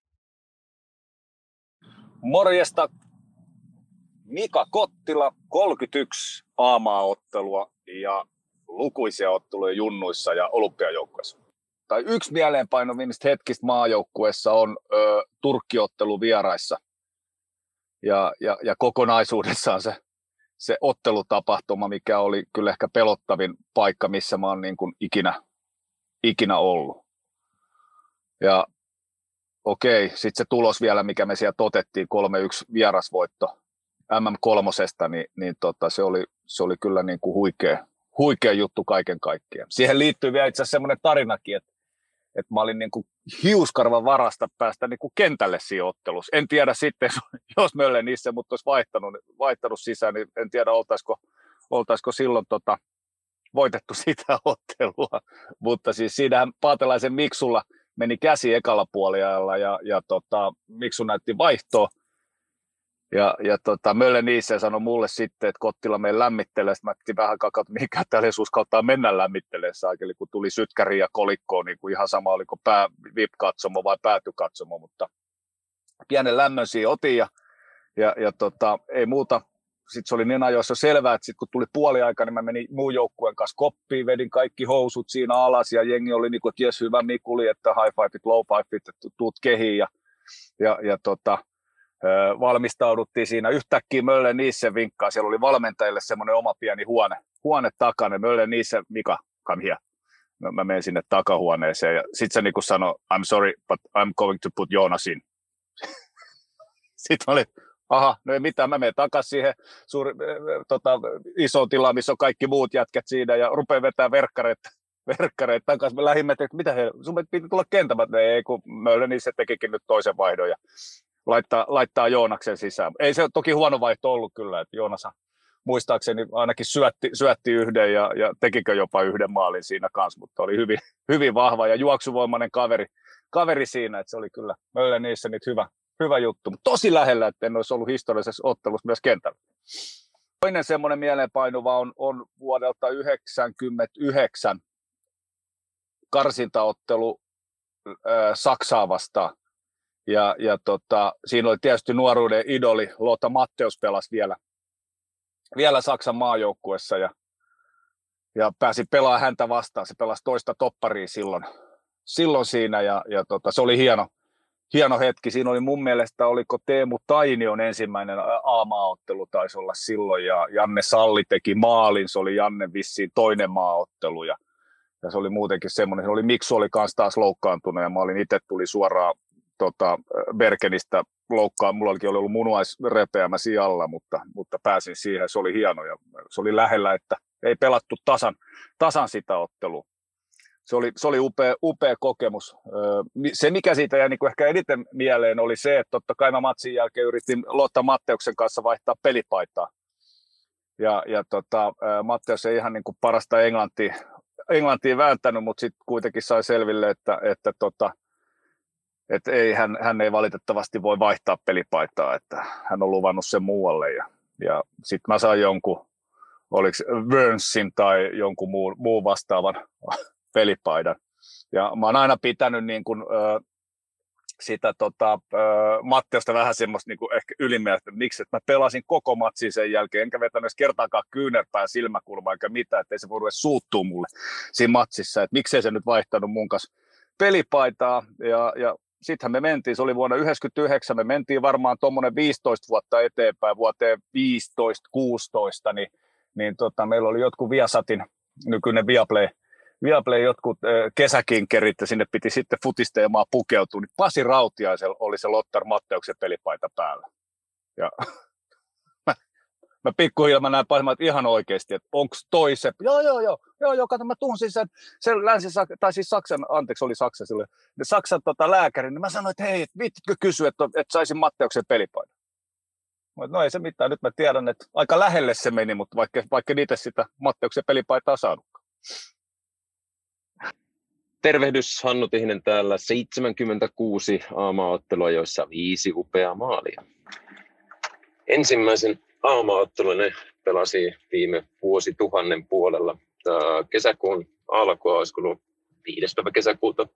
Morjesta! Mika Kottila, 31 A-maaottelua ja lukuisia otteluja junnuissa ja olympiajoukkueessa. Tai yksi mieleenpainovimmista hetkistä maajoukkueessa on Turkki-ottelu vieraissa. Ja kokonaisuudessaan se ottelutapahtuma, mikä oli kyllä ehkä pelottavin paikka, missä mä oon niin kuin ikinä ollut. Ja okei, sitten se tulos vielä, mikä me siellä otettiin, 3-1 vierasvoitto MM3, niin se oli kyllä niin kuin huikea juttu kaiken kaikkiaan. Siihen liittyy vielä itse asiassa semmoinen tarinakin, että mä olin niin kuin hiuskarvan varasta päästä niin kuin kentälle siinä ottelussa. En tiedä sitten, jos Mölle niissä mut olisi vaihtanut sisään, niin en tiedä, oltaisiko silloin voitettu sitä ottelua. Mutta siis siinähän Paatelaisen Miksulla meni käsi ekalla puoliajalla ja Miksu näytti vaihtoa. Ja Mölle niissä sanoi mulle sitten, että Kottila meidän lämmittelee. Sitten mä ajattelin vähän kakaa, että mihinkään täällä uskaltaa mennä lämmittelemään saakeli, kun tuli sytkäri ja kolikkoon, niin kuin ihan sama oliko VIP-katsomo vai päätykatsomo, mutta pienen lämmön siinä otin ja ei muuta. Sitten se oli niin ajoissa selvää, että sitten kun tuli puoliaika, niin mä menin muun joukkueen kanssa koppiin, vedin kaikki housut siinä alas ja jengi oli niin kuin, että jes, hyvä Mikuli, että high fiveit, low fiveit, että tuut kehiin ja valmistauduttiin siinä. Yhtäkkiä Mölle Niissen vinkkaa, siellä oli valmentajille semmoinen oma pieni huone takana. Mölle Niissen, Mika, come here. Mä menen sinne takahuoneeseen ja sitten se niinku sanoi, I'm sorry, but I'm going to put Joonas in. Sitten mä olin, aha, no ei mitään, mä menen takaisin siihen isoon tilaan, missä on kaikki muut jätkät siinä ja rupean vetämään verkkareet takaisin. Me lähimme, että mitä sun piti tulla kentämät, ei kun Mölle Niissen tekikin nyt toisen vaihdon ja laittaa Joonaksen sisään. Ei se toki huono vaihto ollut kyllä, että Joonas muistaakseni ainakin syötti yhden ja tekikö jopa yhden maalin siinä kanssa, mutta oli hyvin vahva ja juoksuvoimainen kaveri siinä, että se oli kyllä Mölle niissä nyt hyvä juttu, mutta tosi lähellä, että en olisi ollut historiallisessa ottelussa myös kentällä. Toinen semmoinen mieleenpainuva on vuodelta 1999 karsintaottelu Saksaa vastaan. Ja siinä oli tietysti nuoruuden idoli, Lothar Matthäus pelasi vielä Saksan maajoukkuessa ja pääsi pelaamaan häntä vastaan. Se pelasi toista topparia silloin siinä ja se oli hieno hetki. Siinä oli mun mielestä, oliko Teemu Tainion ensimmäinen A-maaottelu taisi olla silloin ja Janne Salli teki maalin, se oli Janne vissiin toinen maaottelu ja se oli muutenkin semmoinen, Miksu oli kanssa taas loukkaantunut ja mä olin itse tuli suoraan Bergenistä loukkaan, mulla olikin ollut munuaisrepeämä sijalla, mutta pääsin siihen, se oli hieno ja se oli lähellä, että ei pelattu tasan sitä ottelua. Se oli upea kokemus. Se, mikä siitä jäi niin ehkä eniten mieleen, oli se, että totta kai mä matsin jälkeen yritin Lotta Matteuksen kanssa vaihtaa pelipaitaa. Ja Matteus ei ihan niin kuin parasta englantia vääntänyt, mutta sitten kuitenkin sai selville, että hän ei valitettavasti voi vaihtaa pelipaitaa, että hän on luvannut sen muualle. Ja sitten mä sain jonkun, oliko Wernsin tai jonkun muun vastaavan pelipaidan. Ja mä oon aina pitänyt niin kuin, sitä Matteusta vähän semmoista niin kuin ehkä ylimielistä, että miksi, että mä pelasin koko matsin sen jälkeen, enkä vetänyt edes kertaakaan kyynärpään silmäkulmaa eikä mitään, ettei se voinut edes suuttua mulle siinä matsissa, että miksei se nyt vaihtanut mun kanssa pelipaitaa. Ja sittenhän me mentiin, se oli vuonna 1999, me mentiin varmaan tuommoinen 15 vuotta eteenpäin, vuoteen 15-16, niin meillä oli jotkut Viasatin, nykyinen Viaplay jotkut kesäkinkerit, ja sinne piti sitten futisteemaan pukeutua, niin Pasi Rautiaisella oli se Lothar Matteuksen pelipaita päällä. Ja mä pikkuhiljaa näin pahimaan, että ihan oikeasti, että onko toi se? Joo, kato, mä tunsin sen Saksan lääkärin, niin mä sanoin, että hei, viittitkö kysyä, että saisin Matteuksen pelipaidan? No ei se mitään, nyt mä tiedän, että aika lähelle se meni, mutta vaikka niitä sitä Matteuksen pelipaitaa saanutkaan. Tervehdys, Hannu Tihinen täällä. 76 aamaottelua, joissa 5 upeaa maalia. Ensimmäisen aamaottelun ne pelasi viime vuosituhannen puolella. Kesäkuun alkua, olisiko ollut 5. päivä kesäkuuta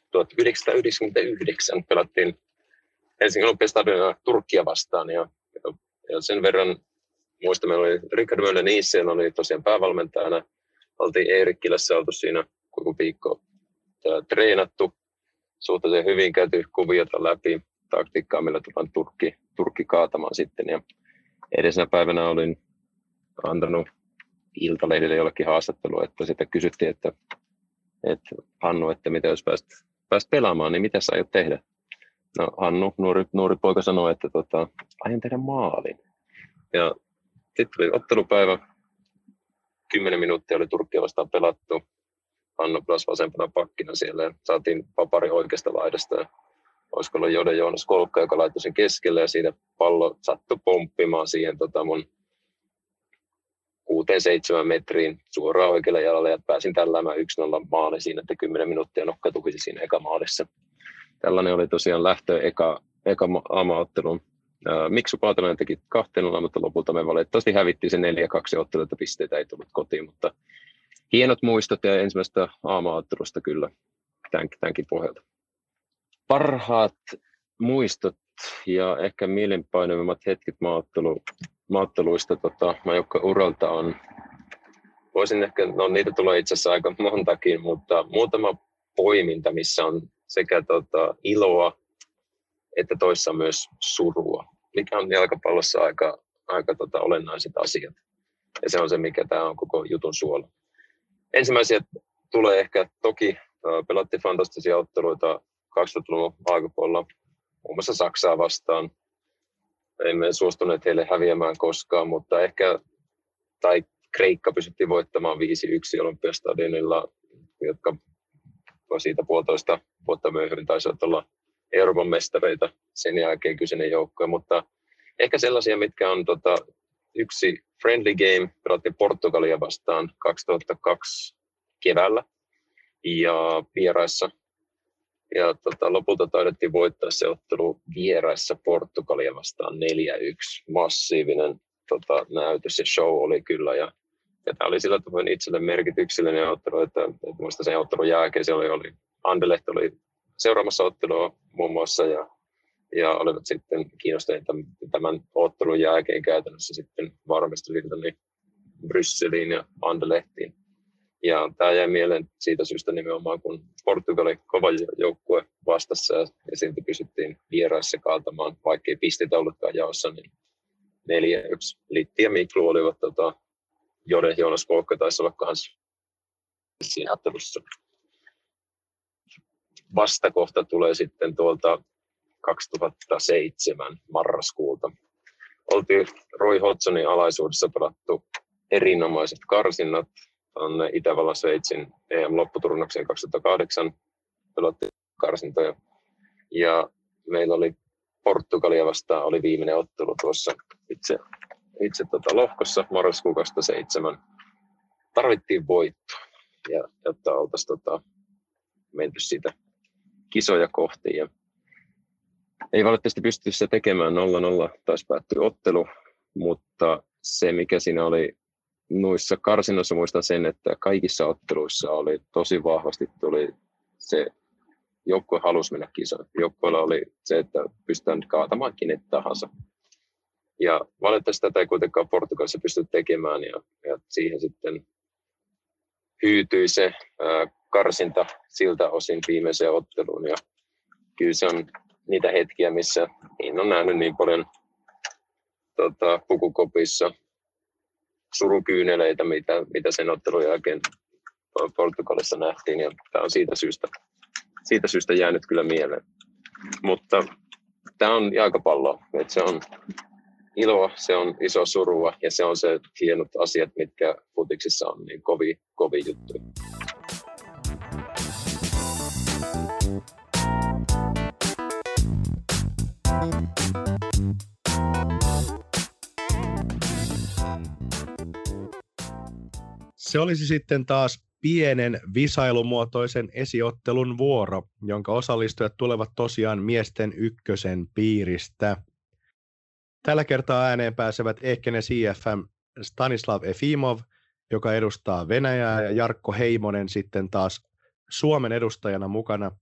1999, pelattiin Helsingin Olympiastadionilla Turkkia vastaan. Ja sen verran muista, meillä oli Rickard Möller-Nies, siellä oli tosiaan päävalmentajana. Oltiin Eerikkilässä oltu siinä koko viikko treenattu, suhteellisen hyvin käyty kuviota läpi, taktiikkaa, millä tullaan Turkki kaatamaan sitten. Ja edellisenä päivänä olin antanut Iltalehdelle jollekin haastattelua, että sitä kysyttiin, että Hannu, että mitä jos pääst pelaamaan, niin mitä sä aiot tehdä? No Hannu, nuori poika sanoi, että aion tehdä maalin. Ja sitten tuli ottelupäivä, 10 minuuttia oli Turkkia vastaan pelattu. Hannu pelasi vasempana pakkina siellä ja saatiin papari oikeasta laidasta. Ja olisiko ollut Joonas Kolkka, joka laittoi sen keskelle ja siitä pallo sattui pomppimaan siihen mun 6-7 metriin suoraan oikealle jalalle ja pääsin tälläämään 1-0 maali siinä, että 10 minuuttia nokka tuhisi siinä eka maalissa. Tällainen oli tosiaan lähtö eka aamaotteluun. Miksu Paatelainen teki 2-0, mutta lopulta me valitettavasti hävittiin se 4-2 ottelu, että pisteitä ei tullut kotiin, mutta hienot muistot ja ensimmäistä aamaottelusta kyllä tämänkin pohjalta. Parhaat muistot ja ehkä mielenpainuvimmat hetket maaotteluista maajoukkueuralta on, voisin ehkä, no niitä tulee itse asiassa aika montakin, mutta muutama poiminta, missä on sekä iloa että toissa myös surua, mikä on jalkapallossa aika olennaiset asiat. Ja se on se, mikä tämä on koko jutun suola. Ensimmäisiä tulee ehkä, toki pelattiin fantastisia otteluita 2000-luvun alkupuolella, muun muassa Saksaa vastaan. Emme suostuneet heille häviämään koskaan, mutta tai Kreikka pystyttiin voittamaan 5-1 Olympiastadionilla, jotka siitä 1,5 vuotta myöhemmin taisivat olla Euroopan mestareita sen jälkeen kyseinen joukkue, mutta ehkä sellaisia, mitkä on yksi friendly game, pelattiin Portugalia vastaan 2002 keväällä ja vieraissa. Ja lopulta taidettiin voittaa se ottelu vieraissa Portugalia vastaan 4-1. Massiivinen näytös ja show oli kyllä. Ja tämä oli sillä tavoin itselle merkityksellinen ottelu, että muista sen ottelun jälkeen se oli Anderlecht oli seuraamassa ottelua muun muassa ja olivat sitten kiinnostuneita tämän ottelun jälkeen käytännössä sitten varmistusilta niin Brysseliin ja Anderlechtiin. Ja tämä jäi mieleen siitä syystä nimenomaan, kun Portugali kova joukkue vastassa ja silti pysyttiin vieraissa kaatamaan, vaikkei pisteitä ollutkaan jaossa, niin 4-1. Litti ja Miklu olivat Joonas Kolkka taisi olla kanssa siinä ottelussa. Vastakohta tulee sitten tuolta 2007 marraskuulta. Oltiin Roy Hodgsonin alaisuudessa pelattu erinomaiset karsinnat. tuonne Itävallan Sveitsin EM-lopputurnauksen 2008. Pelottiin karsintoja. Ja meillä oli Portugalia vastaan oli viimeinen ottelu tuossa itse lohkossa marraskuun 2007. Tarvittiin voitto, ja jotta oltaisiin menty siitä kisoja kohti. Ja ei valitettavasti pystytty se tekemään 0-0, taisi päättyä ottelu, mutta se mikä siinä oli noissa karsinnoissa, muistan sen, että kaikissa otteluissa oli tosi vahvasti tuli se joukkue halusi mennä kisoon. Joukkueella oli se, että pystytään kaatamaan kenet tahansa. Ja valitettavasti tätä ei kuitenkaan Portugalissa pysty tekemään ja siihen sitten hyytyi se karsinta siltä osin viimeiseen otteluun. Ja kyllä se on niitä hetkiä, missä on nähnyt niin paljon pukukopissa surukyyneleitä, mitä sen ottelun jälkeen Portugalissa nähtiin. Ja tämä on siitä syystä jäänyt kyllä mieleen. Mutta tämä on jalkapalloa. Että se on iloa, se on iso surua ja se on se hienot asiat, mitkä futiksissa on niin kovia juttuja. Se olisi sitten taas pienen visailumuotoisen esiottelun vuoro, jonka osallistujat tulevat tosiaan miesten ykkösen piiristä. Tällä kertaa ääneen pääsevät Ekenäs IFM Stanislav Efimov, joka edustaa Venäjää, ja Jarkko Heimonen sitten taas Suomen edustajana mukana.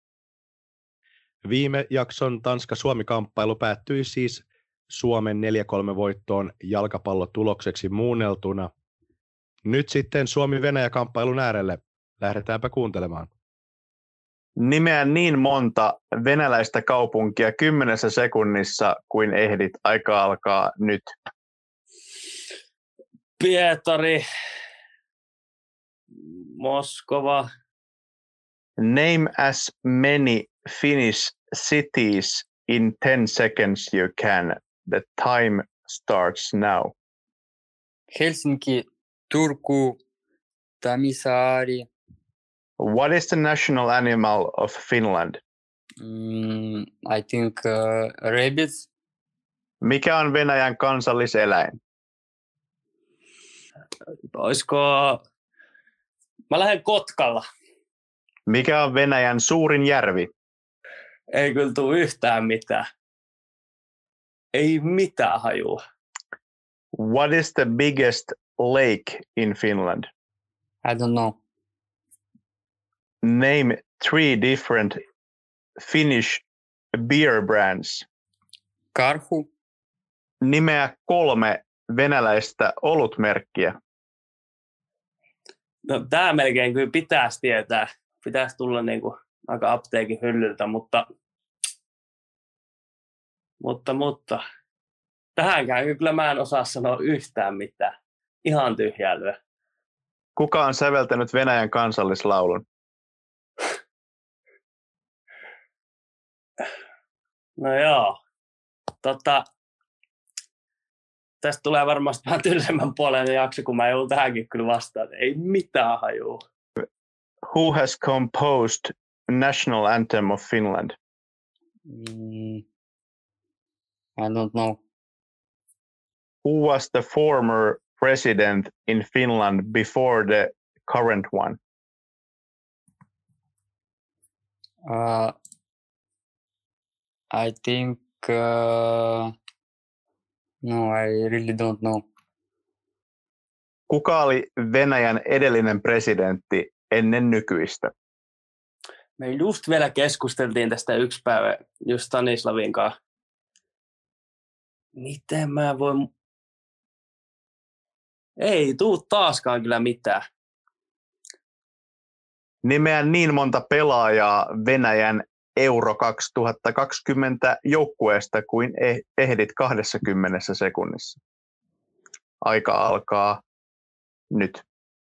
Viime jakson Tanska-Suomi-kamppailu päättyi siis Suomen 4-3 voittoon jalkapallotulokseksi muunneltuna. Nyt sitten Suomi-Venäjä-kamppailun äärelle. Lähdetäänpä kuuntelemaan. Nimeä niin monta venäläistä kaupunkia 10 sekunnissa kuin ehdit. Aika alkaa nyt. Pietari, Moskova. Name as many Finnish cities in 10 seconds you can. The time starts now. Helsinki, Turku, Tamisaari. What is the national animal of Finland? I think rabbits. Mikä on Venäjän kansalliseläin? Olisiko... Mä lähden Kotkalla. Mikä on Venäjän suurin järvi? Ei kyllä tule yhtään mitään. Ei mitään hajua. What is the biggest lake in Finland? I don't know. Name 3 different Finnish beer brands. Karhu. Nimeä 3 venäläistä olutmerkkiä. No, tää melkein kyllä pitäisi tietää. Pitäisi tulla niinku aika apteekin hyllyltä, mutta tähänkään kyllä mä en osaa sanoa yhtään mitään. Ihan tyhjäilyä. Kuka on säveltänyt Venäjän kansallislaulun? No joo. Tästä tulee varmasti vähän tylsemmän puolen jakso, kun mä joudun tähänkin kyllä vastaan. Ei mitään hajua. Who has composed national anthem of Finland? I don't know. Who was the former president in Finland before the current one? I think no, I really don't know. Kuka oli Venäjän edellinen presidentti ennen nykyistä? Me just vielä keskusteltiin tästä yksi päivä just Stanislavin kanssa. Miten mä voin... Ei tuu taaskaan kyllä mitään. Nimeä niin monta pelaajaa Venäjän Euro 2020 joukkueesta kuin ehdit 20 sekunnissa. Aika alkaa nyt.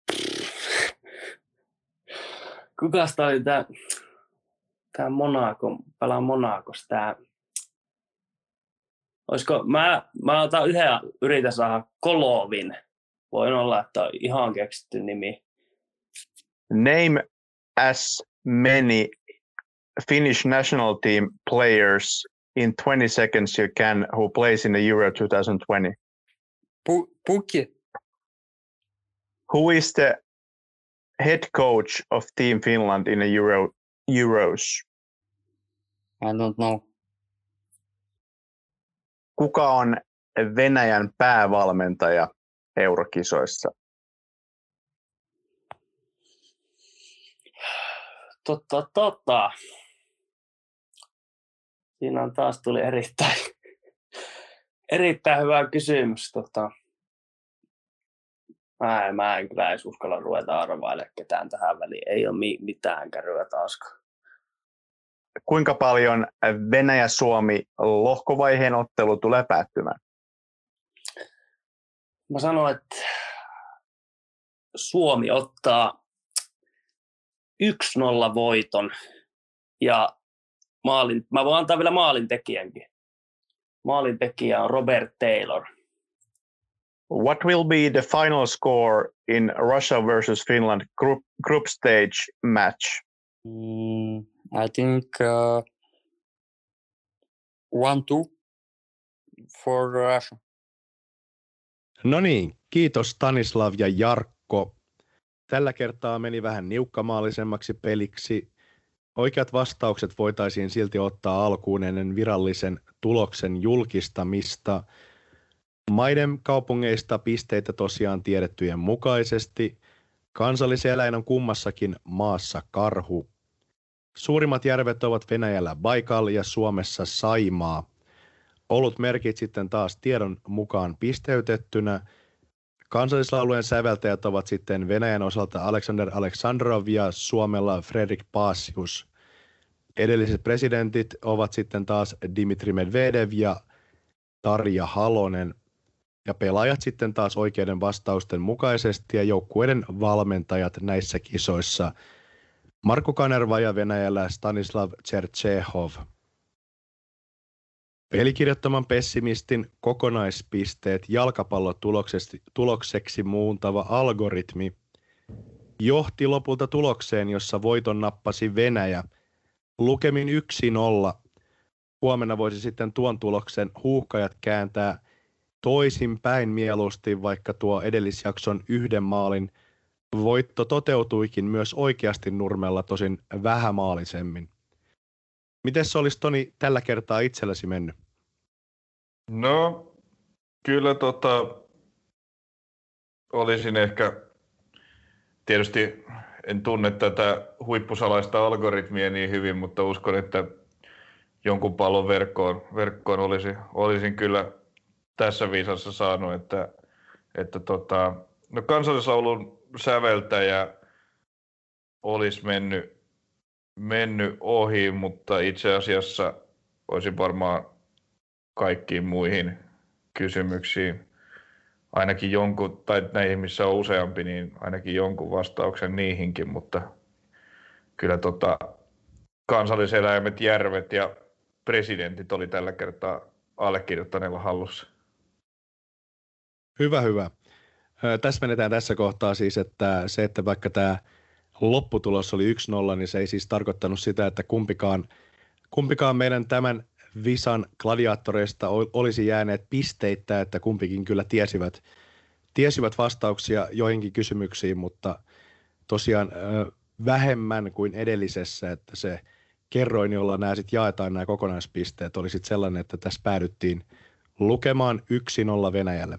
Kukas tää oli tää Monaco, pelaa Monacossa tää... Olisiko, mä otan yhden yritän saada Kolovin. Voin olla, että on ihan keksitty nimi. Name as many Finnish national team players in 20 seconds you can who plays in the Euro 2020. Pukki. Who is the head coach of Team Finland in the Euros? I don't know. Kuka on Venäjän päävalmentaja eurokisoissa? Siinä on taas tuli erittäin hyvä kysymys. Mä en kyllä edes uskalla ruveta arvailemaan ketään tähän väliin. Ei ole mitään kärryä taaskaan. Kuinka paljon Venäjä-Suomi lohkovaiheen ottelu tulee päättymään? Mä sanon, että Suomi ottaa 1-0 voiton ja mä voin antaa vielä maalintekijänkin. Maalintekijä on Robert Taylor. What will be the final score in Russia versus Finland group stage match? I think 1-2 for Russia. No niin, kiitos Stanislav ja Jarkko. Tällä kertaa meni vähän niukkamaalisemmaksi peliksi. Oikeat vastaukset voitaisiin silti ottaa alkuun ennen virallisen tuloksen julkistamista. Maiden kaupungeista pisteitä tosiaan tiedettyjen mukaisesti. Kansalliseläin on kummassakin maassa karhu. Suurimmat järvet ovat Venäjällä Baikal ja Suomessa Saimaa. Olutmerkit sitten taas tiedon mukaan pisteytettynä. Kansallislaulujen säveltäjät ovat sitten Venäjän osalta Alexander Alexandrov ja Suomella Fredrik Paasius. Edelliset presidentit ovat sitten taas Dmitri Medvedev ja Tarja Halonen. Ja pelaajat sitten taas oikeiden vastausten mukaisesti ja joukkueiden valmentajat näissä kisoissa. Markku Kanerva ja Venäjällä Stanislav Cherchehov. Pelikirjattoman pessimistin kokonaispisteet jalkapallotulokseksi muuntava algoritmi johti lopulta tulokseen, jossa voiton nappasi Venäjä. Lukemin 1-0. Huomenna voisi sitten tuon tuloksen huuhkajat kääntää toisinpäin mieluusti, vaikka tuo edellisjakson 1 maalin voitto toteutuikin myös oikeasti Nurmella, tosin vähämaalisemmin. Miten se olisi, Toni, tällä kertaa itsellesi mennyt? No, kyllä olisin ehkä, tietysti en tunne tätä huippusalaista algoritmia niin hyvin, mutta uskon, että jonkun pallon verkkoon olisin kyllä tässä viisassa saanut, että no kansallislaulun säveltäjä olisi mennyt ohi, mutta itse asiassa olisin varmaan kaikkiin muihin kysymyksiin ainakin jonkun, tai näihin missä on useampi, niin ainakin jonkun vastauksen niihinkin, mutta kyllä kansalliseläimet, järvet ja presidentit oli tällä kertaa allekirjoittaneella hallussa. Hyvä. Täsmennetään tässä kohtaa siis, että se, että vaikka tämä lopputulos oli 1-0, niin se ei siis tarkoittanut sitä, että kumpikaan meidän tämän visan gladiaattoreista olisi jääneet pisteittä, että kumpikin kyllä tiesivät vastauksia joihinkin kysymyksiin, mutta tosiaan vähemmän kuin edellisessä, että se kerroin, jolla jaetaan nämä kokonaispisteet, oli sitten sellainen, että tässä päädyttiin lukemaan 1-0 Venäjälle.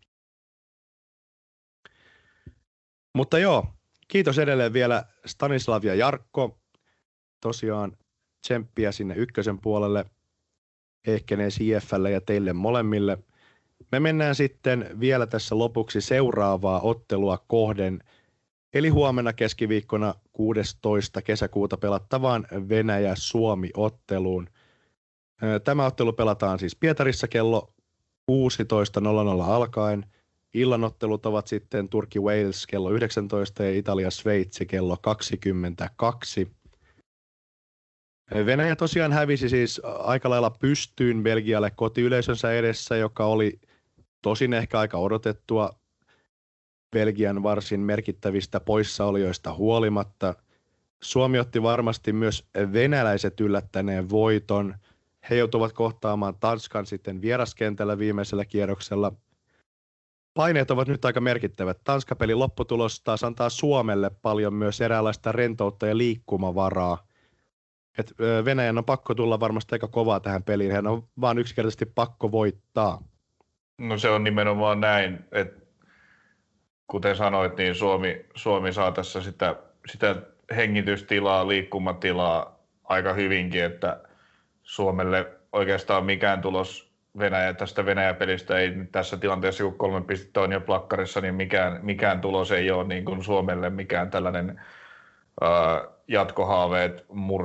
Mutta joo, kiitos edelleen vielä Stanislav ja Jarkko. Tosiaan tsemppiä sinne ykkösen puolelle, ehkeneen IF:lle ja teille molemmille. Me mennään sitten vielä tässä lopuksi seuraavaa ottelua kohden, eli huomenna keskiviikkona 16. kesäkuuta pelattavaan Venäjä-Suomi-otteluun. Tämä ottelu pelataan siis Pietarissa kello 16.00 alkaen. Illanottelut ovat sitten Turkki-Wales kello 19 ja Italia-Sveitsi kello 22. Venäjä tosiaan hävisi siis aika lailla pystyyn Belgialle kotiyleisönsä edessä, joka oli tosin ehkä aika odotettua. Belgian varsin merkittävistä poissaolijoista huolimatta. Suomi otti varmasti myös venäläiset yllättäneen voiton. He joutuvat kohtaamaan Tanskan sitten vieraskentällä viimeisellä kierroksella. Paineet ovat nyt aika merkittävät. Tanska-pelin lopputulos taas antaa Suomelle paljon myös eräänlaista rentoutta ja liikkumavaraa. Et Venäjän on pakko tulla varmasti aika kovaa tähän peliin. Heidän on vaan yksinkertaisesti pakko voittaa. No se on nimenomaan näin, että kuten sanoit, niin Suomi saa tässä sitä hengitystilaa, liikkumatilaa aika hyvinkin, että Suomelle oikeastaan mikään tulos tästä Venäjä-pelistä ei tässä tilanteessa, kun 3 pistettä on jo plakkarissa, niin mikään tulos ei ole niin kuin Suomelle mikään tällainen jatkohaaveet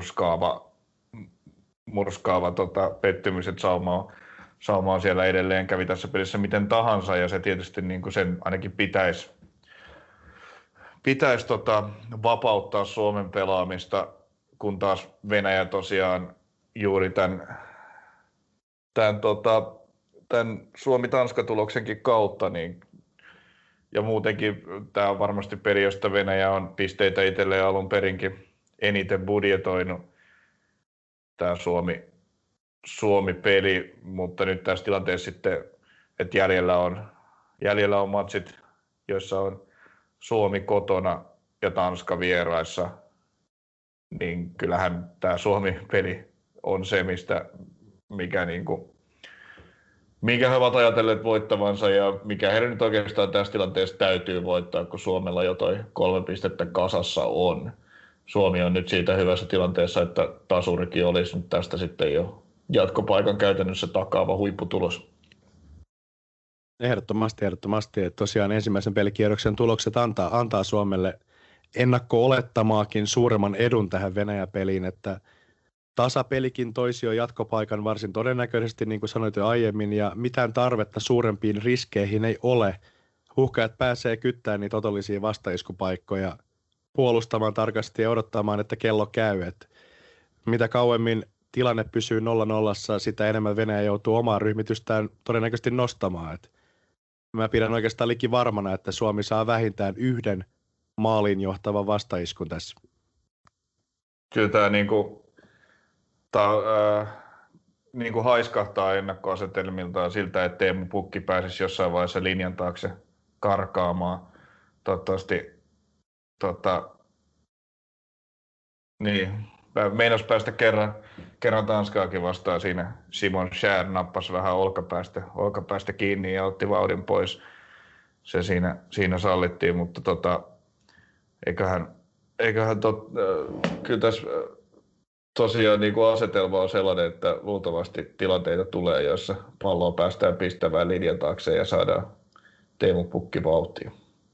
murskaava pettymys, että Sauma on siellä edelleen, kävi tässä pelissä miten tahansa, ja se tietysti niin kuin sen ainakin pitäisi vapauttaa Suomen pelaamista, kun taas Venäjä tosiaan juuri tämän Suomi-Tanska-tuloksenkin kautta, niin, ja muutenkin tämä on varmasti peli, josta Venäjä on pisteitä itselleen alun perinkin eniten budjetoinut, tämä Suomi-peli, mutta nyt tässä tilanteessa sitten, että jäljellä on matsit, joissa on Suomi kotona ja Tanska vieraissa, niin kyllähän tämä Suomi-peli on se, minkä he ovat ajatelleet voittavansa ja mikä heidän nyt oikeastaan tässä tilanteessa täytyy voittaa, kun Suomella jo toi 3 pistettä kasassa on. Suomi on nyt siitä hyvässä tilanteessa, että tasurikin olisi nyt tästä sitten jo jatkopaikan käytännössä takaava huipputulos. Ehdottomasti. Että tosiaan ensimmäisen pelikierroksen tulokset antaa Suomelle ennakko-olettamaakin suuremman edun tähän Venäjä-peliin, että tasapelikin toisi jo jatkopaikan varsin todennäköisesti, niin kuin sanoit jo aiemmin, ja mitään tarvetta suurempiin riskeihin ei ole. Huuhkajat pääsee kyttämään niitä otollisia vastaiskupaikkoja, puolustamaan tarkasti ja odottamaan, että kello käy. Et mitä kauemmin tilanne pysyy 0-0, sitä enemmän Venäjä joutuu omaa ryhmitystään todennäköisesti nostamaan. Et mä pidän oikeastaan liki varmana, että Suomi saa vähintään yhden maaliin johtavan vastaiskun tässä. Kyllä tämä niinku haiskahtaa ennakkoasetelmiltaan siltä, että Teemu Pukki pääsisi jossain vaiheessa linjan taakse karkaamaan. Toivottavasti meinas päästä kerran Tanskaakin vastaan siinä. Simon Schär nappasi vähän olkapäästä kiinni ja otti vauhdin pois. Se siinä sallittiin, mutta kyllä tässä tosiaan niin kuin asetelma on sellainen, että luultavasti tilanteita tulee, joissa palloa päästään pistämään linjan taakse ja saadaan Teemu Pukki vauhtiin.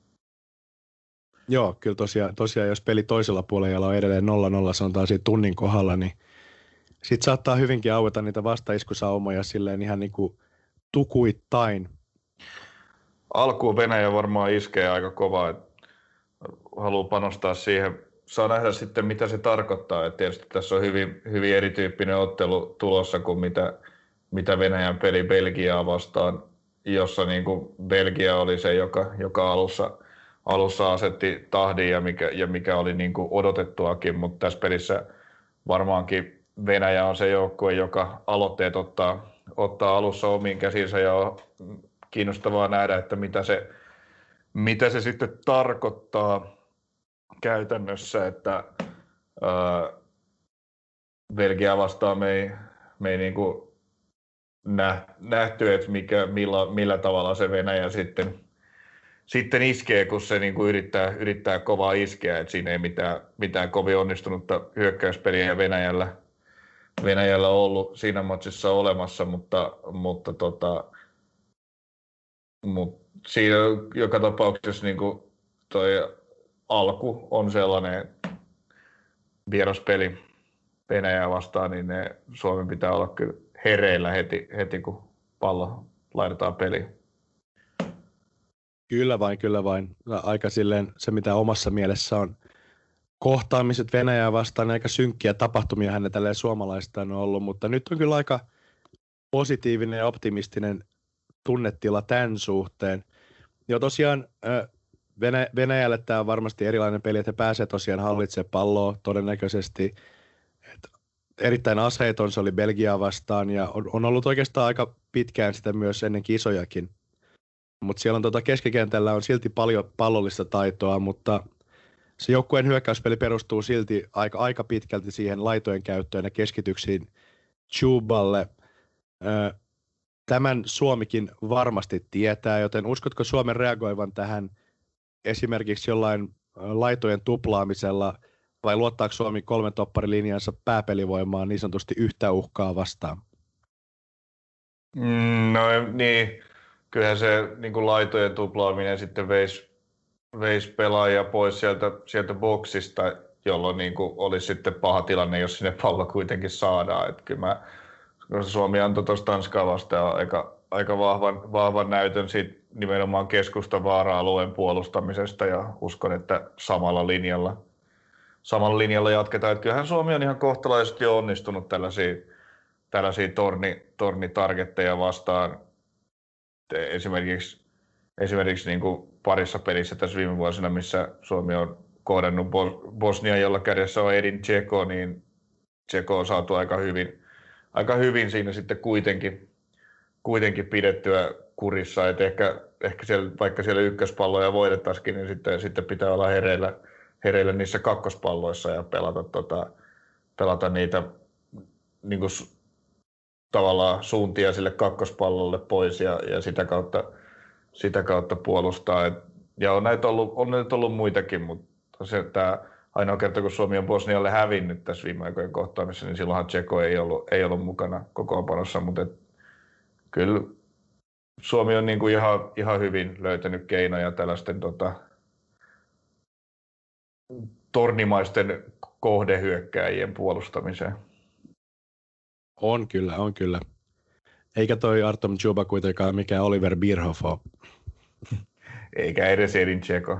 Joo, kyllä tosiaan jos peli toisella puolella on edelleen 0-0, sanotaan siinä tunnin kohdalla, niin sitten saattaa hyvinkin aueta niitä vastaiskusaumoja silleen ihan niin kuin tukuittain. Alkuun Venäjä varmaan iskee aika kovaa, että haluaa panostaa siihen. Saa nähdä sitten, mitä se tarkoittaa. Et tietysti tässä on hyvin erityyppinen ottelu tulossa kuin mitä Venäjän peli Belgiaa vastaan, jossa niin kuin Belgia oli se, joka alussa asetti tahdin ja mikä oli niin kuin odotettuakin, mutta tässä pelissä varmaankin Venäjä on se joukkue, joka aloitteet ottaa alussa omiin käsinsä, ja on kiinnostavaa nähdä, että mitä se sitten tarkoittaa käytännössä, että Belgia vastaan me ei niin kuin nähty, että millä tavalla se Venäjä sitten iskee, kun se niin kuin yrittää kovaa iskeä, että siinä ei mitään kovin onnistunutta hyökkäyspeliä Venäjällä ollut siinä matsissa olemassa, mutta siinä joka tapauksessa niin kuin toi alku on sellainen vieraspeli Venäjää vastaan, niin Suomen pitää olla kyllä hereillä heti kun pallo laitetaan peliin. Kyllä vain. Aika silleen se, mitä omassa mielessä on kohtaamiset Venäjää vastaan, niin aika synkkiä tapahtumia hänen tälleen suomalaista on ollut, mutta nyt on kyllä aika positiivinen ja optimistinen tunnetila tämän suhteen. Ja tosiaan Venäjälle tämä on varmasti erilainen peli, että he pääsee tosiaan hallitsemaan palloa todennäköisesti. Erittäin aseeton se oli Belgiaa vastaan ja on ollut oikeastaan aika pitkään sitä myös ennen kisojakin. Mutta siellä on keskikentällä on silti paljon pallollista taitoa, mutta se joukkueen hyökkäyspeli perustuu silti aika pitkälti siihen laitojen käyttöön ja keskityksiin Chuballe. Tämän Suomikin varmasti tietää, joten uskotko Suomen reagoivan tähän esimerkiksi jollain laitojen tuplaamisella vai luottaako Suomi 3 topparilinjansa pääpelivoimaan niin sanotusti yhtä uhkaa vastaan? No niin, kyllähän se niin kuin laitojen tuplaaminen sitten veisi pelaajia pois sieltä boksista, jolloin niin kuin olisi sitten paha tilanne, jos sinne pallo kuitenkin saadaan. Että kyllä Suomi antoi tuossa Tanskaa vastaan aika vahvan näytön siitä nimenomaan keskustan vaara-alueen puolustamisesta ja uskon, että samalla linjalla jatketaan. Että kyllähän Suomi on ihan kohtalaisesti onnistunut tällaisia tornitargetteja vastaan. Esimerkiksi niin kuin parissa pelissä tässä viime vuosina, missä Suomi on kohdannut Bosnia, jolla kädessä on Edin Dzeko, niin Dzeko on saatu aika hyvin siinä sitten kuitenkin pidettyä kurissa. Et ehkä siellä, vaikka siellä ykköspalloja voitettaisikin, niin sitten pitää olla hereillä niissä kakkospalloissa ja pelata niitä niin kuin tavallaan suuntia sille kakkospallolle pois ja sitä kautta puolustaa. Ja on näitä ollut muitakin, mutta tämä ainoa kerta, kun Suomi on Bosnialle hävinnyt tässä viime aikojen kohtaamissa, niin silloinhan Dzeko ei ollut mukana kokoonpanossa, mutta kyllä Suomi on niin kuin ihan hyvin löytänyt keinoja tällaisten tornimaisten kohdehyökkääjien puolustamiseen. On kyllä. Eikä toi Artem Džuba kuitenkaan mikään Oliver Bierhoff ole. Eikä edes Edin Dzeko.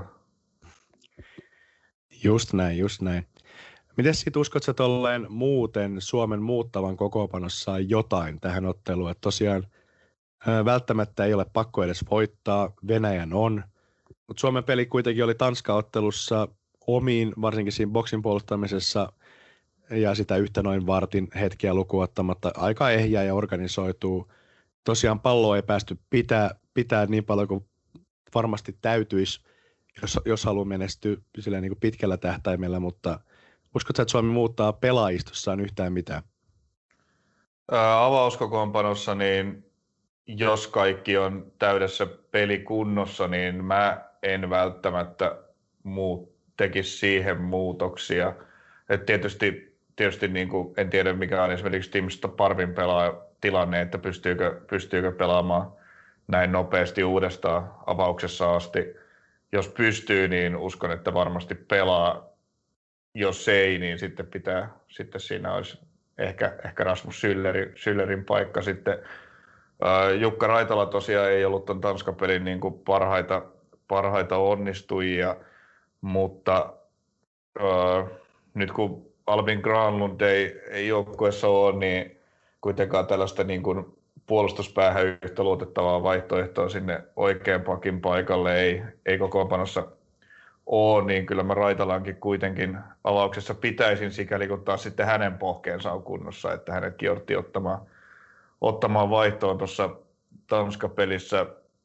Just näin. Miten sit uskot sä tolleen muuten Suomen muuttavan kokoonpanossaan jotain tähän otteluun? Että tosiaan välttämättä ei ole pakko edes voittaa, Venäjän on. Mutta Suomen peli kuitenkin oli Tanska-ottelussa omiin, varsinkin siinä boksin puolustamisessa ja sitä yhtä noin vartin hetkiä lukuun ottamatta aika ehjää ja organisoituu. Tosiaan palloa ei päästy pitää niin paljon kuin varmasti täytyisi, jos haluaa menestyä niin kuin pitkällä tähtäimellä, mutta uskotko, että Suomi muuttaa pelaajistossaan yhtään mitään? Avauskokoonpanossa, niin jos kaikki on täydessä pelikunnossa, niin mä en välttämättä tekisi siihen muutoksia. Et tietysti niin kuin, en tiedä mikä on esimerkiksi Tim Parvin tilanne, että pystyykö pelaamaan näin nopeasti uudestaan avauksessa asti. Jos pystyy, niin uskon, että varmasti pelaa. Jos ei, niin sitten siinä olisi ehkä Rasmus Schüllerin paikka sitten. Jukka Raitala tosiaan ei ollut ton Tanska-pelin niin kuin parhaita onnistujia, mutta nyt kun Albin Granlund ei joukkueessa ole, niin kuitenkaan tällaista niin kuin puolustuspäähän yhtä luotettavaa vaihtoehtoa sinne oikean pakin paikalle ei kokoonpanossa ole, niin kyllä mä Raitalankin kuitenkin avauksessa pitäisin sikäli, kun taas sitten hänen pohkeensa on kunnossa, että hänetkin jouduttiin ottamaan vaihtoon tuossa Tanska-pelissä.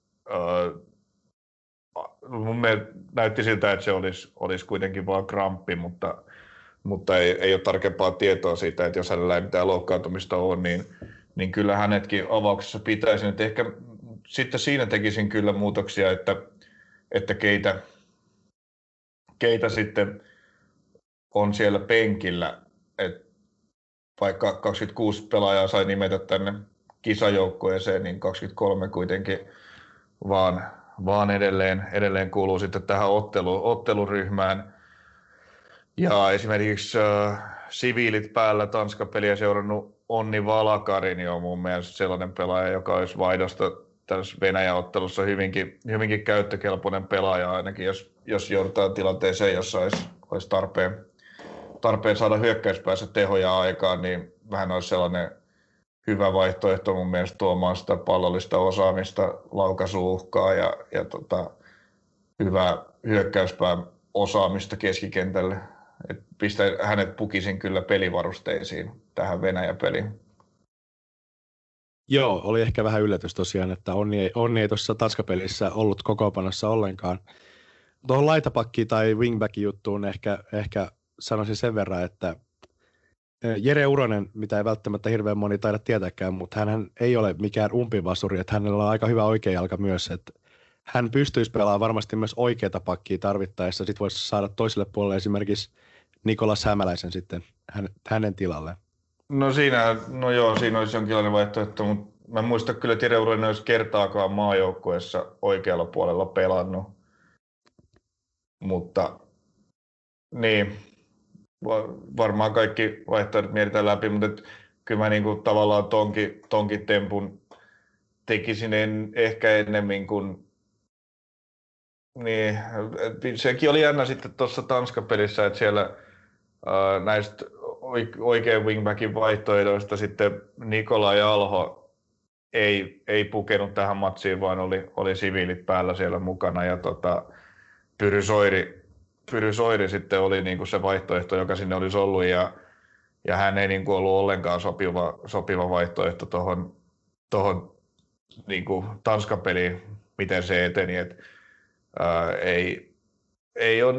Mun mielestä näytti siltä, että se olisi kuitenkin vain kramppi, mutta ei ole tarkempaa tietoa siitä, että jos hänellä ei mitään loukkaantumista ole, niin kyllä hänetkin avauksessa pitäisin. Että ehkä sitten siinä tekisin kyllä muutoksia, että keitä sitten on siellä penkillä. Et vaikka 26 pelaajaa sai nimetä tänne kisajoukkueeseen, niin 23 kuitenkin vaan edelleen kuuluu sitten tähän otteluryhmään. Ja esimerkiksi siviilit päällä Tanska-peliä seurannut Onni Valakarin on mun mielestä sellainen pelaaja, joka olisi vaihdosta tässä Venäjä-ottelussa hyvinkin käyttökelpoinen pelaaja, ainakin jos joudutaan tilanteeseen, jossa olisi tarpeen saada hyökkäyspäässä tehoja aikaan, niin vähän olisi sellainen hyvä vaihtoehto mun mielestä tuomaan sitä pallollista osaamista, laukaisuuhkaa ja hyökkäyspään osaamista keskikentälle. Et pistä hänet pukisin kyllä pelivarusteisiin tähän Venäjä-peliin. Joo, oli ehkä vähän yllätys tosiaan, että Onni ei tuossa Tanska-pelissä ollut kokoonpanossa ollenkaan. Tuohon laitapakkiin tai wingbackin juttuun ehkä sanoisin sen verran, että Jere Uronen, mitä ei välttämättä hirveän moni taida tietääkään, mutta hän ei ole mikään umpivasuri, että hänellä on aika hyvä oikea jalka myös, että hän pystyisi pelaamaan varmasti myös oikeata pakkia tarvittaessa, sitten voisi saada toiselle puolelle esimerkiksi Nikolas Hämäläisen sitten hänen tilalle. No siinä olisi jonkinlainen vaihtoehto, mutta mä en muista kyllä, että Jere Uronen olisi kertaakaan maajoukkueessa oikealla puolella pelannut. Mutta niin, varmaan kaikki vaihtoehdot mietitään läpi, mutta kyllä mä niinku tavallaan tonkin tempun tekisin ehkä ennemmin kuin niin, sekin oli jännä sitten tuossa Tanska-pelissä, että siellä näistä oikean wingbackin vaihtoehdoista sitten Nikolai Alho ei pukenut tähän matsiin, vaan oli siviilit päällä siellä mukana ja Pyry Soiri sitten oli niinku se vaihtoehto, joka sinne olisi ollut ja hän ei niinku ollut ollenkaan sopiva vaihtoehto tuohon niinku Tanskan peliin, miten se eteni. Ei ole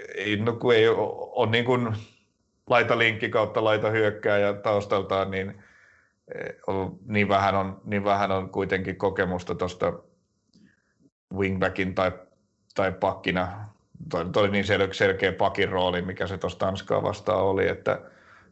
niinku laitalinkki kautta laitahyökkääjä taustaltaan, niin vähän on kuitenkin kokemusta tuosta wingbackin tai pakkina. Toi oli niin selkeä pakin rooli, mikä se tuossa Tanskaa vastaan oli, että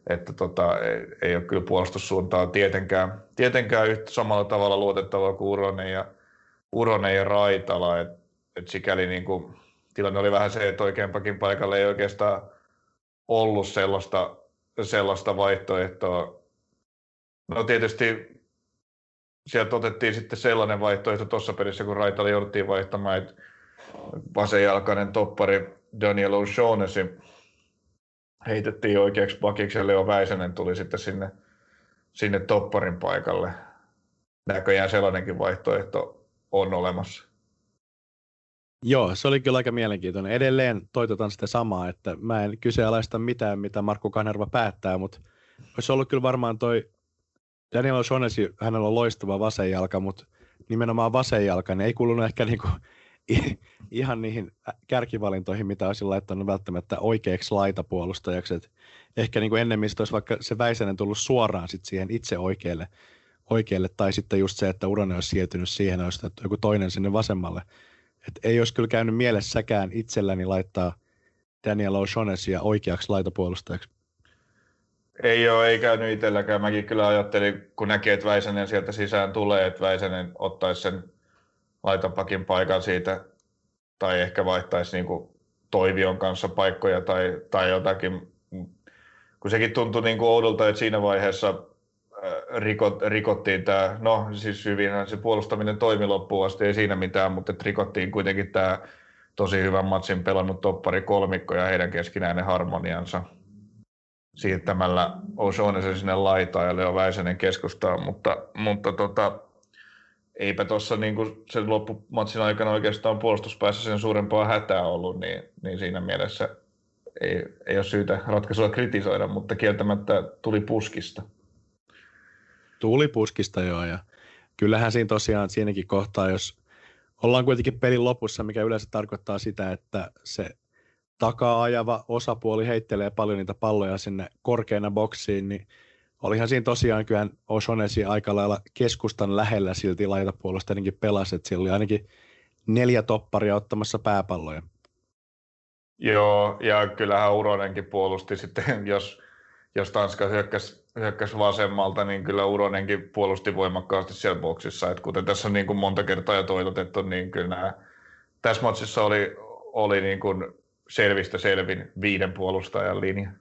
ei ole kyllä puolustussuuntaa tietenkään yhtä samalla tavalla luotettavaa kuin Uronen ja Raitala. Et sikäli niin kuin, tilanne oli vähän se, että oikein pakin paikalle ei oikeastaan ollut sellaista vaihtoehtoa. No tietysti sieltä otettiin sitten sellainen vaihtoehto tuossa pelissä, kun Raitala jouduttiin vaihtamaan, että vasenjalkainen toppari Daniel O'Shaughnessy heitettiin oikeaksi pakiksi ja Leo Väisänen tuli sitten sinne topparin paikalle. Näköjään sellainenkin vaihtoehto on olemassa. Joo, se oli kyllä aika mielenkiintoinen. Edelleen toitotan sitä samaa, että mä en kyseenalaista mitään, mitä Markku Kanerva päättää, mutta olisi ollut kyllä varmaan toi Daniel O'Shaughnessy, hänellä on loistava vasenjalka, mutta nimenomaan vasenjalka, niin ei kuulunut ehkä niinku ihan niihin kärkivalintoihin, mitä olisin laittanut välttämättä oikeaksi laitapuolustajaksi. Et ehkä niin kuin ennemmin olisi vaikka se Väisänen tullut suoraan sit siihen itse oikealle, tai sitten just se, että Uronen olisi siirtynyt siihen, olisi joku toinen sinne vasemmalle. Et ei olisi kyllä käynyt mielessäkään itselläni laittaa Daniel O'Shaughnessyä oikeaksi laitapuolustajaksi. Ei käynyt itselläkään. Mäkin kyllä ajattelin, kun näkee, että Väisänen sieltä sisään tulee, että Väisänen ottaisi sen laitapakin paikan siitä, tai ehkä vaihtaisi niin kuin Toivion kanssa paikkoja tai jotakin. Kun sekin tuntui niin kuin oudolta, että siinä vaiheessa rikottiin tämä, no siis hyvinhän se puolustaminen toimi loppuun asti, ei siinä mitään, mutta rikottiin kuitenkin tämä tosi hyvän matsin pelannut toppari kolmikko ja heidän keskinäinen harmoniansa siirtämällä O'Shaughnessy sinne laitaan ja Leo Väisänen keskustaan, mutta eipä tuossa niin sen loppumatsin aikana oikeastaan puolustuspäässä sen suurempaa hätää ollut, niin siinä mielessä ei ole syytä ratkaisua kritisoida, mutta kieltämättä tuli puskista. Tuli puskista joo, ja kyllähän siinä tosiaan siinäkin kohtaa, jos ollaan kuitenkin pelin lopussa, mikä yleensä tarkoittaa sitä, että se takaa ajava osapuoli heittelee paljon niitä palloja sinne korkeana boksiin, niin olihan siinä tosiaan kyllä O'Shaughnessy aika lailla keskustan lähellä silti laitapuolustajankin pelasi, että siellä oli ainakin 4 topparia ottamassa pääpalloja. Joo, ja kyllähän Uronenkin puolusti sitten, jos Tanska hyökkäsi vasemmalta, niin kyllä Uronenkin puolusti voimakkaasti siellä boksissa. Et kuten tässä on niin kuin monta kertaa jo toitotettu, niin kyllä tässä matsissa oli niin kuin selvistä selvin 5 puolustajan linja.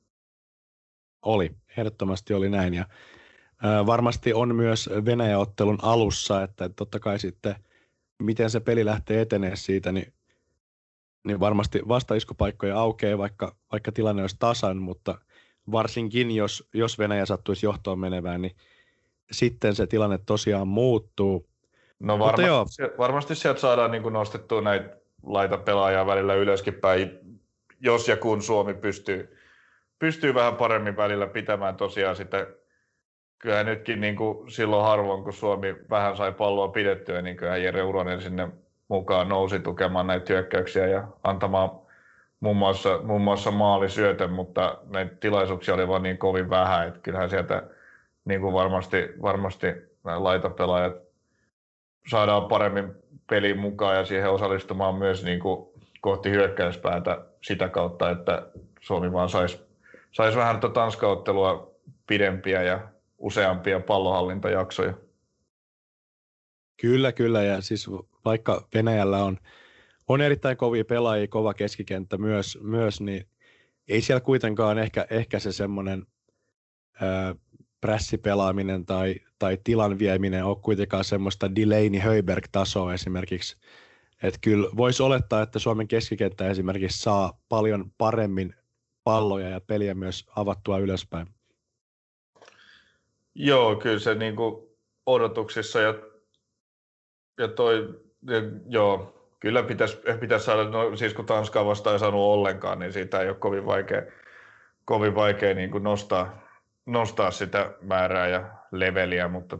Oli, ehdottomasti oli näin. Ja varmasti on myös Venäjä-ottelun alussa, että totta kai sitten miten se peli lähtee etenemään siitä, niin varmasti vastaiskupaikkoja aukeaa, vaikka tilanne olisi tasan, mutta varsinkin jos Venäjä sattuisi johtoon menevään, niin sitten se tilanne tosiaan muuttuu. No varmasti sieltä saadaan niin kuin nostettua näitä laita pelaajaa välillä ylöskin päin, jos ja kun Suomi pystyy vähän paremmin välillä pitämään tosiaan sitä. Kyllähän nytkin niin kuin silloin harvoin, kun Suomi vähän sai palloa pidettyä, niin kyllähän Jere Uronen sinne mukaan nousi tukemaan näitä hyökkäyksiä ja antamaan muun muassa maalisyötön, mutta näitä tilaisuuksia oli vaan niin kovin vähän, että kyllähän sieltä niin kuin varmasti nämä laitapelaajat saadaan paremmin peliin mukaan ja siihen osallistumaan myös niin kuin kohti hyökkäyspäätä sitä kautta, että Suomi vaan saisi vähän Tanska-ottelua pidempiä ja useampia pallonhallintajaksoja. Kyllä, ja siis vaikka Venäjällä on erittäin kovia pelaajia, kova keskikenttä myös niin ei siellä kuitenkaan ehkä se semmoinen prässipelaaminen tai tilan vieminen ole kuitenkaan semmoista Delaney-Höjberg-tasoa esimerkiksi. Että kyllä voisi olettaa, että Suomen keskikenttä esimerkiksi saa paljon paremmin palloja ja peliä myös avattua ylöspäin. Joo, kyllä se niin kuin odotuksissa joo, kyllä pitäisi saada, no siis kun Tanskaa vastaan ei saanut ollenkaan, niin siitä ei ole kovin vaikea niin kuin nostaa sitä määrää ja leveliä, mutta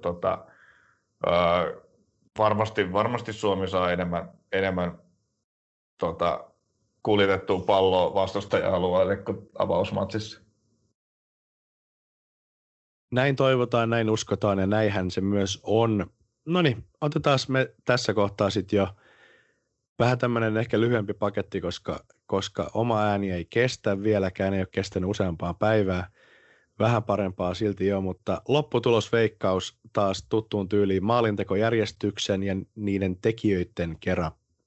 varmasti Suomi saa enemmän kuljetettua palloa vastustajan alueelle kuin avausmatsissa. Näin toivotaan, näin uskotaan ja näinhän se myös on. No niin, otetaan me tässä kohtaa sitten jo vähän tämmöinen ehkä lyhyempi paketti, koska oma ääni ei kestä vieläkään, ei ole kestänyt useampaa päivää. Vähän parempaa silti jo, mutta lopputulosveikkaus taas tuttuun tyyliin maalintekojärjestyksen ja niiden tekijöiden kerran.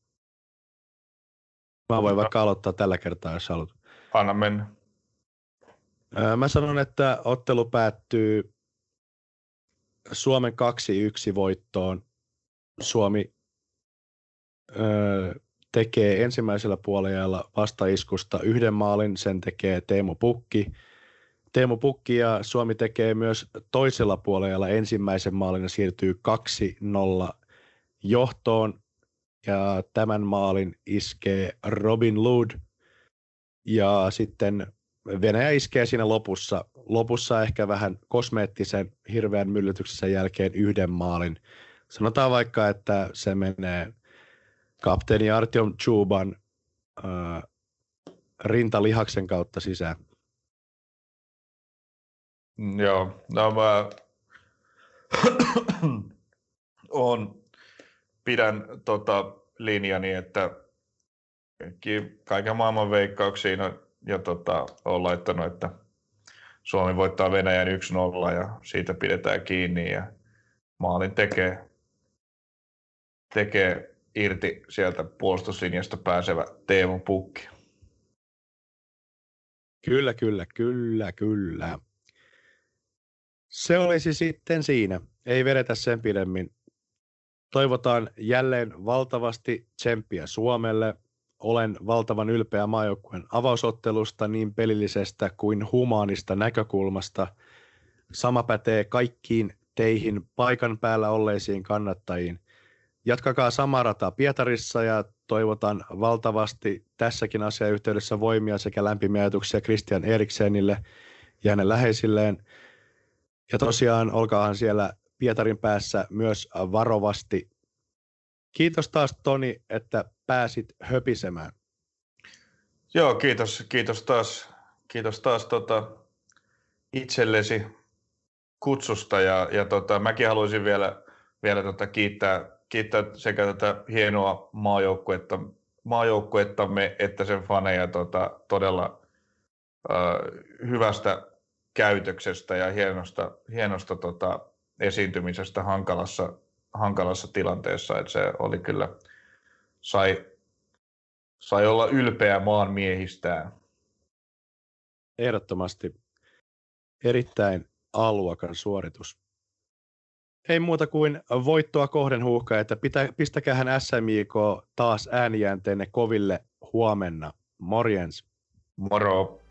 Mä voin vaikka aloittaa tällä kertaa, jos haluat. Anna mennä. Mä sanon, että ottelu päättyy Suomen 2-1 voittoon. Suomi tekee ensimmäisellä puolella vastaiskusta 1 maalin, sen tekee Teemu Pukki ja Suomi tekee myös toisella puolella ensimmäisen maalin ja siirtyy 2-0 johtoon. Ja tämän maalin iskee Robin Lod ja sitten Venäjä iskee siinä lopussa ehkä vähän kosmeettisen hirveän myllytyksen jälkeen 1 maalin. Sanotaan vaikka, että se menee kapteeni Artyom Chuban rintalihaksen kautta sisään. Joo, no mä pidän linjani, että kaiken maailman veikkauksiin ja olen laittanut, että Suomi voittaa Venäjän 1-0 ja siitä pidetään kiinni ja maalin tekee irti sieltä puolustuslinjasta pääsevä Teemu Pukki. Kyllä. Se olisi sitten siinä. Ei vedetä sen pidemmin. Toivotaan jälleen valtavasti tsemppiä Suomelle. Olen valtavan ylpeä maajoukkueen avausottelusta niin pelillisestä kuin humaanista näkökulmasta. Sama pätee kaikkiin teihin paikan päällä olleisiin kannattajiin. Jatkakaa samaa rataa Pietarissa ja toivotan valtavasti tässäkin asiayhteydessä voimia sekä lämpimiä ajatuksia Christian Eriksenille ja hänen läheisilleen. Ja tosiaan olkaahan siellä Pietarin päässä myös varovasti. Kiitos taas Toni, että pääsit höpisemään. Joo, kiitos taas itsellesi kutsusta ja mäkin haluaisin vielä kiittää sekä tätä hienoa maajoukkuettamme että sen faneja todella hyvästä käytöksestä ja hienosta esiintymisestä hankalassa tilanteessa, että se oli kyllä, sai olla ylpeä maan miehistään. Ehdottomasti erittäin A-luokan suoritus. Ei muuta kuin voittoa kohden huuhkaa, että pistäkäähän SMJK taas äänijäänteenne koville huomenna. Morjens. Moro.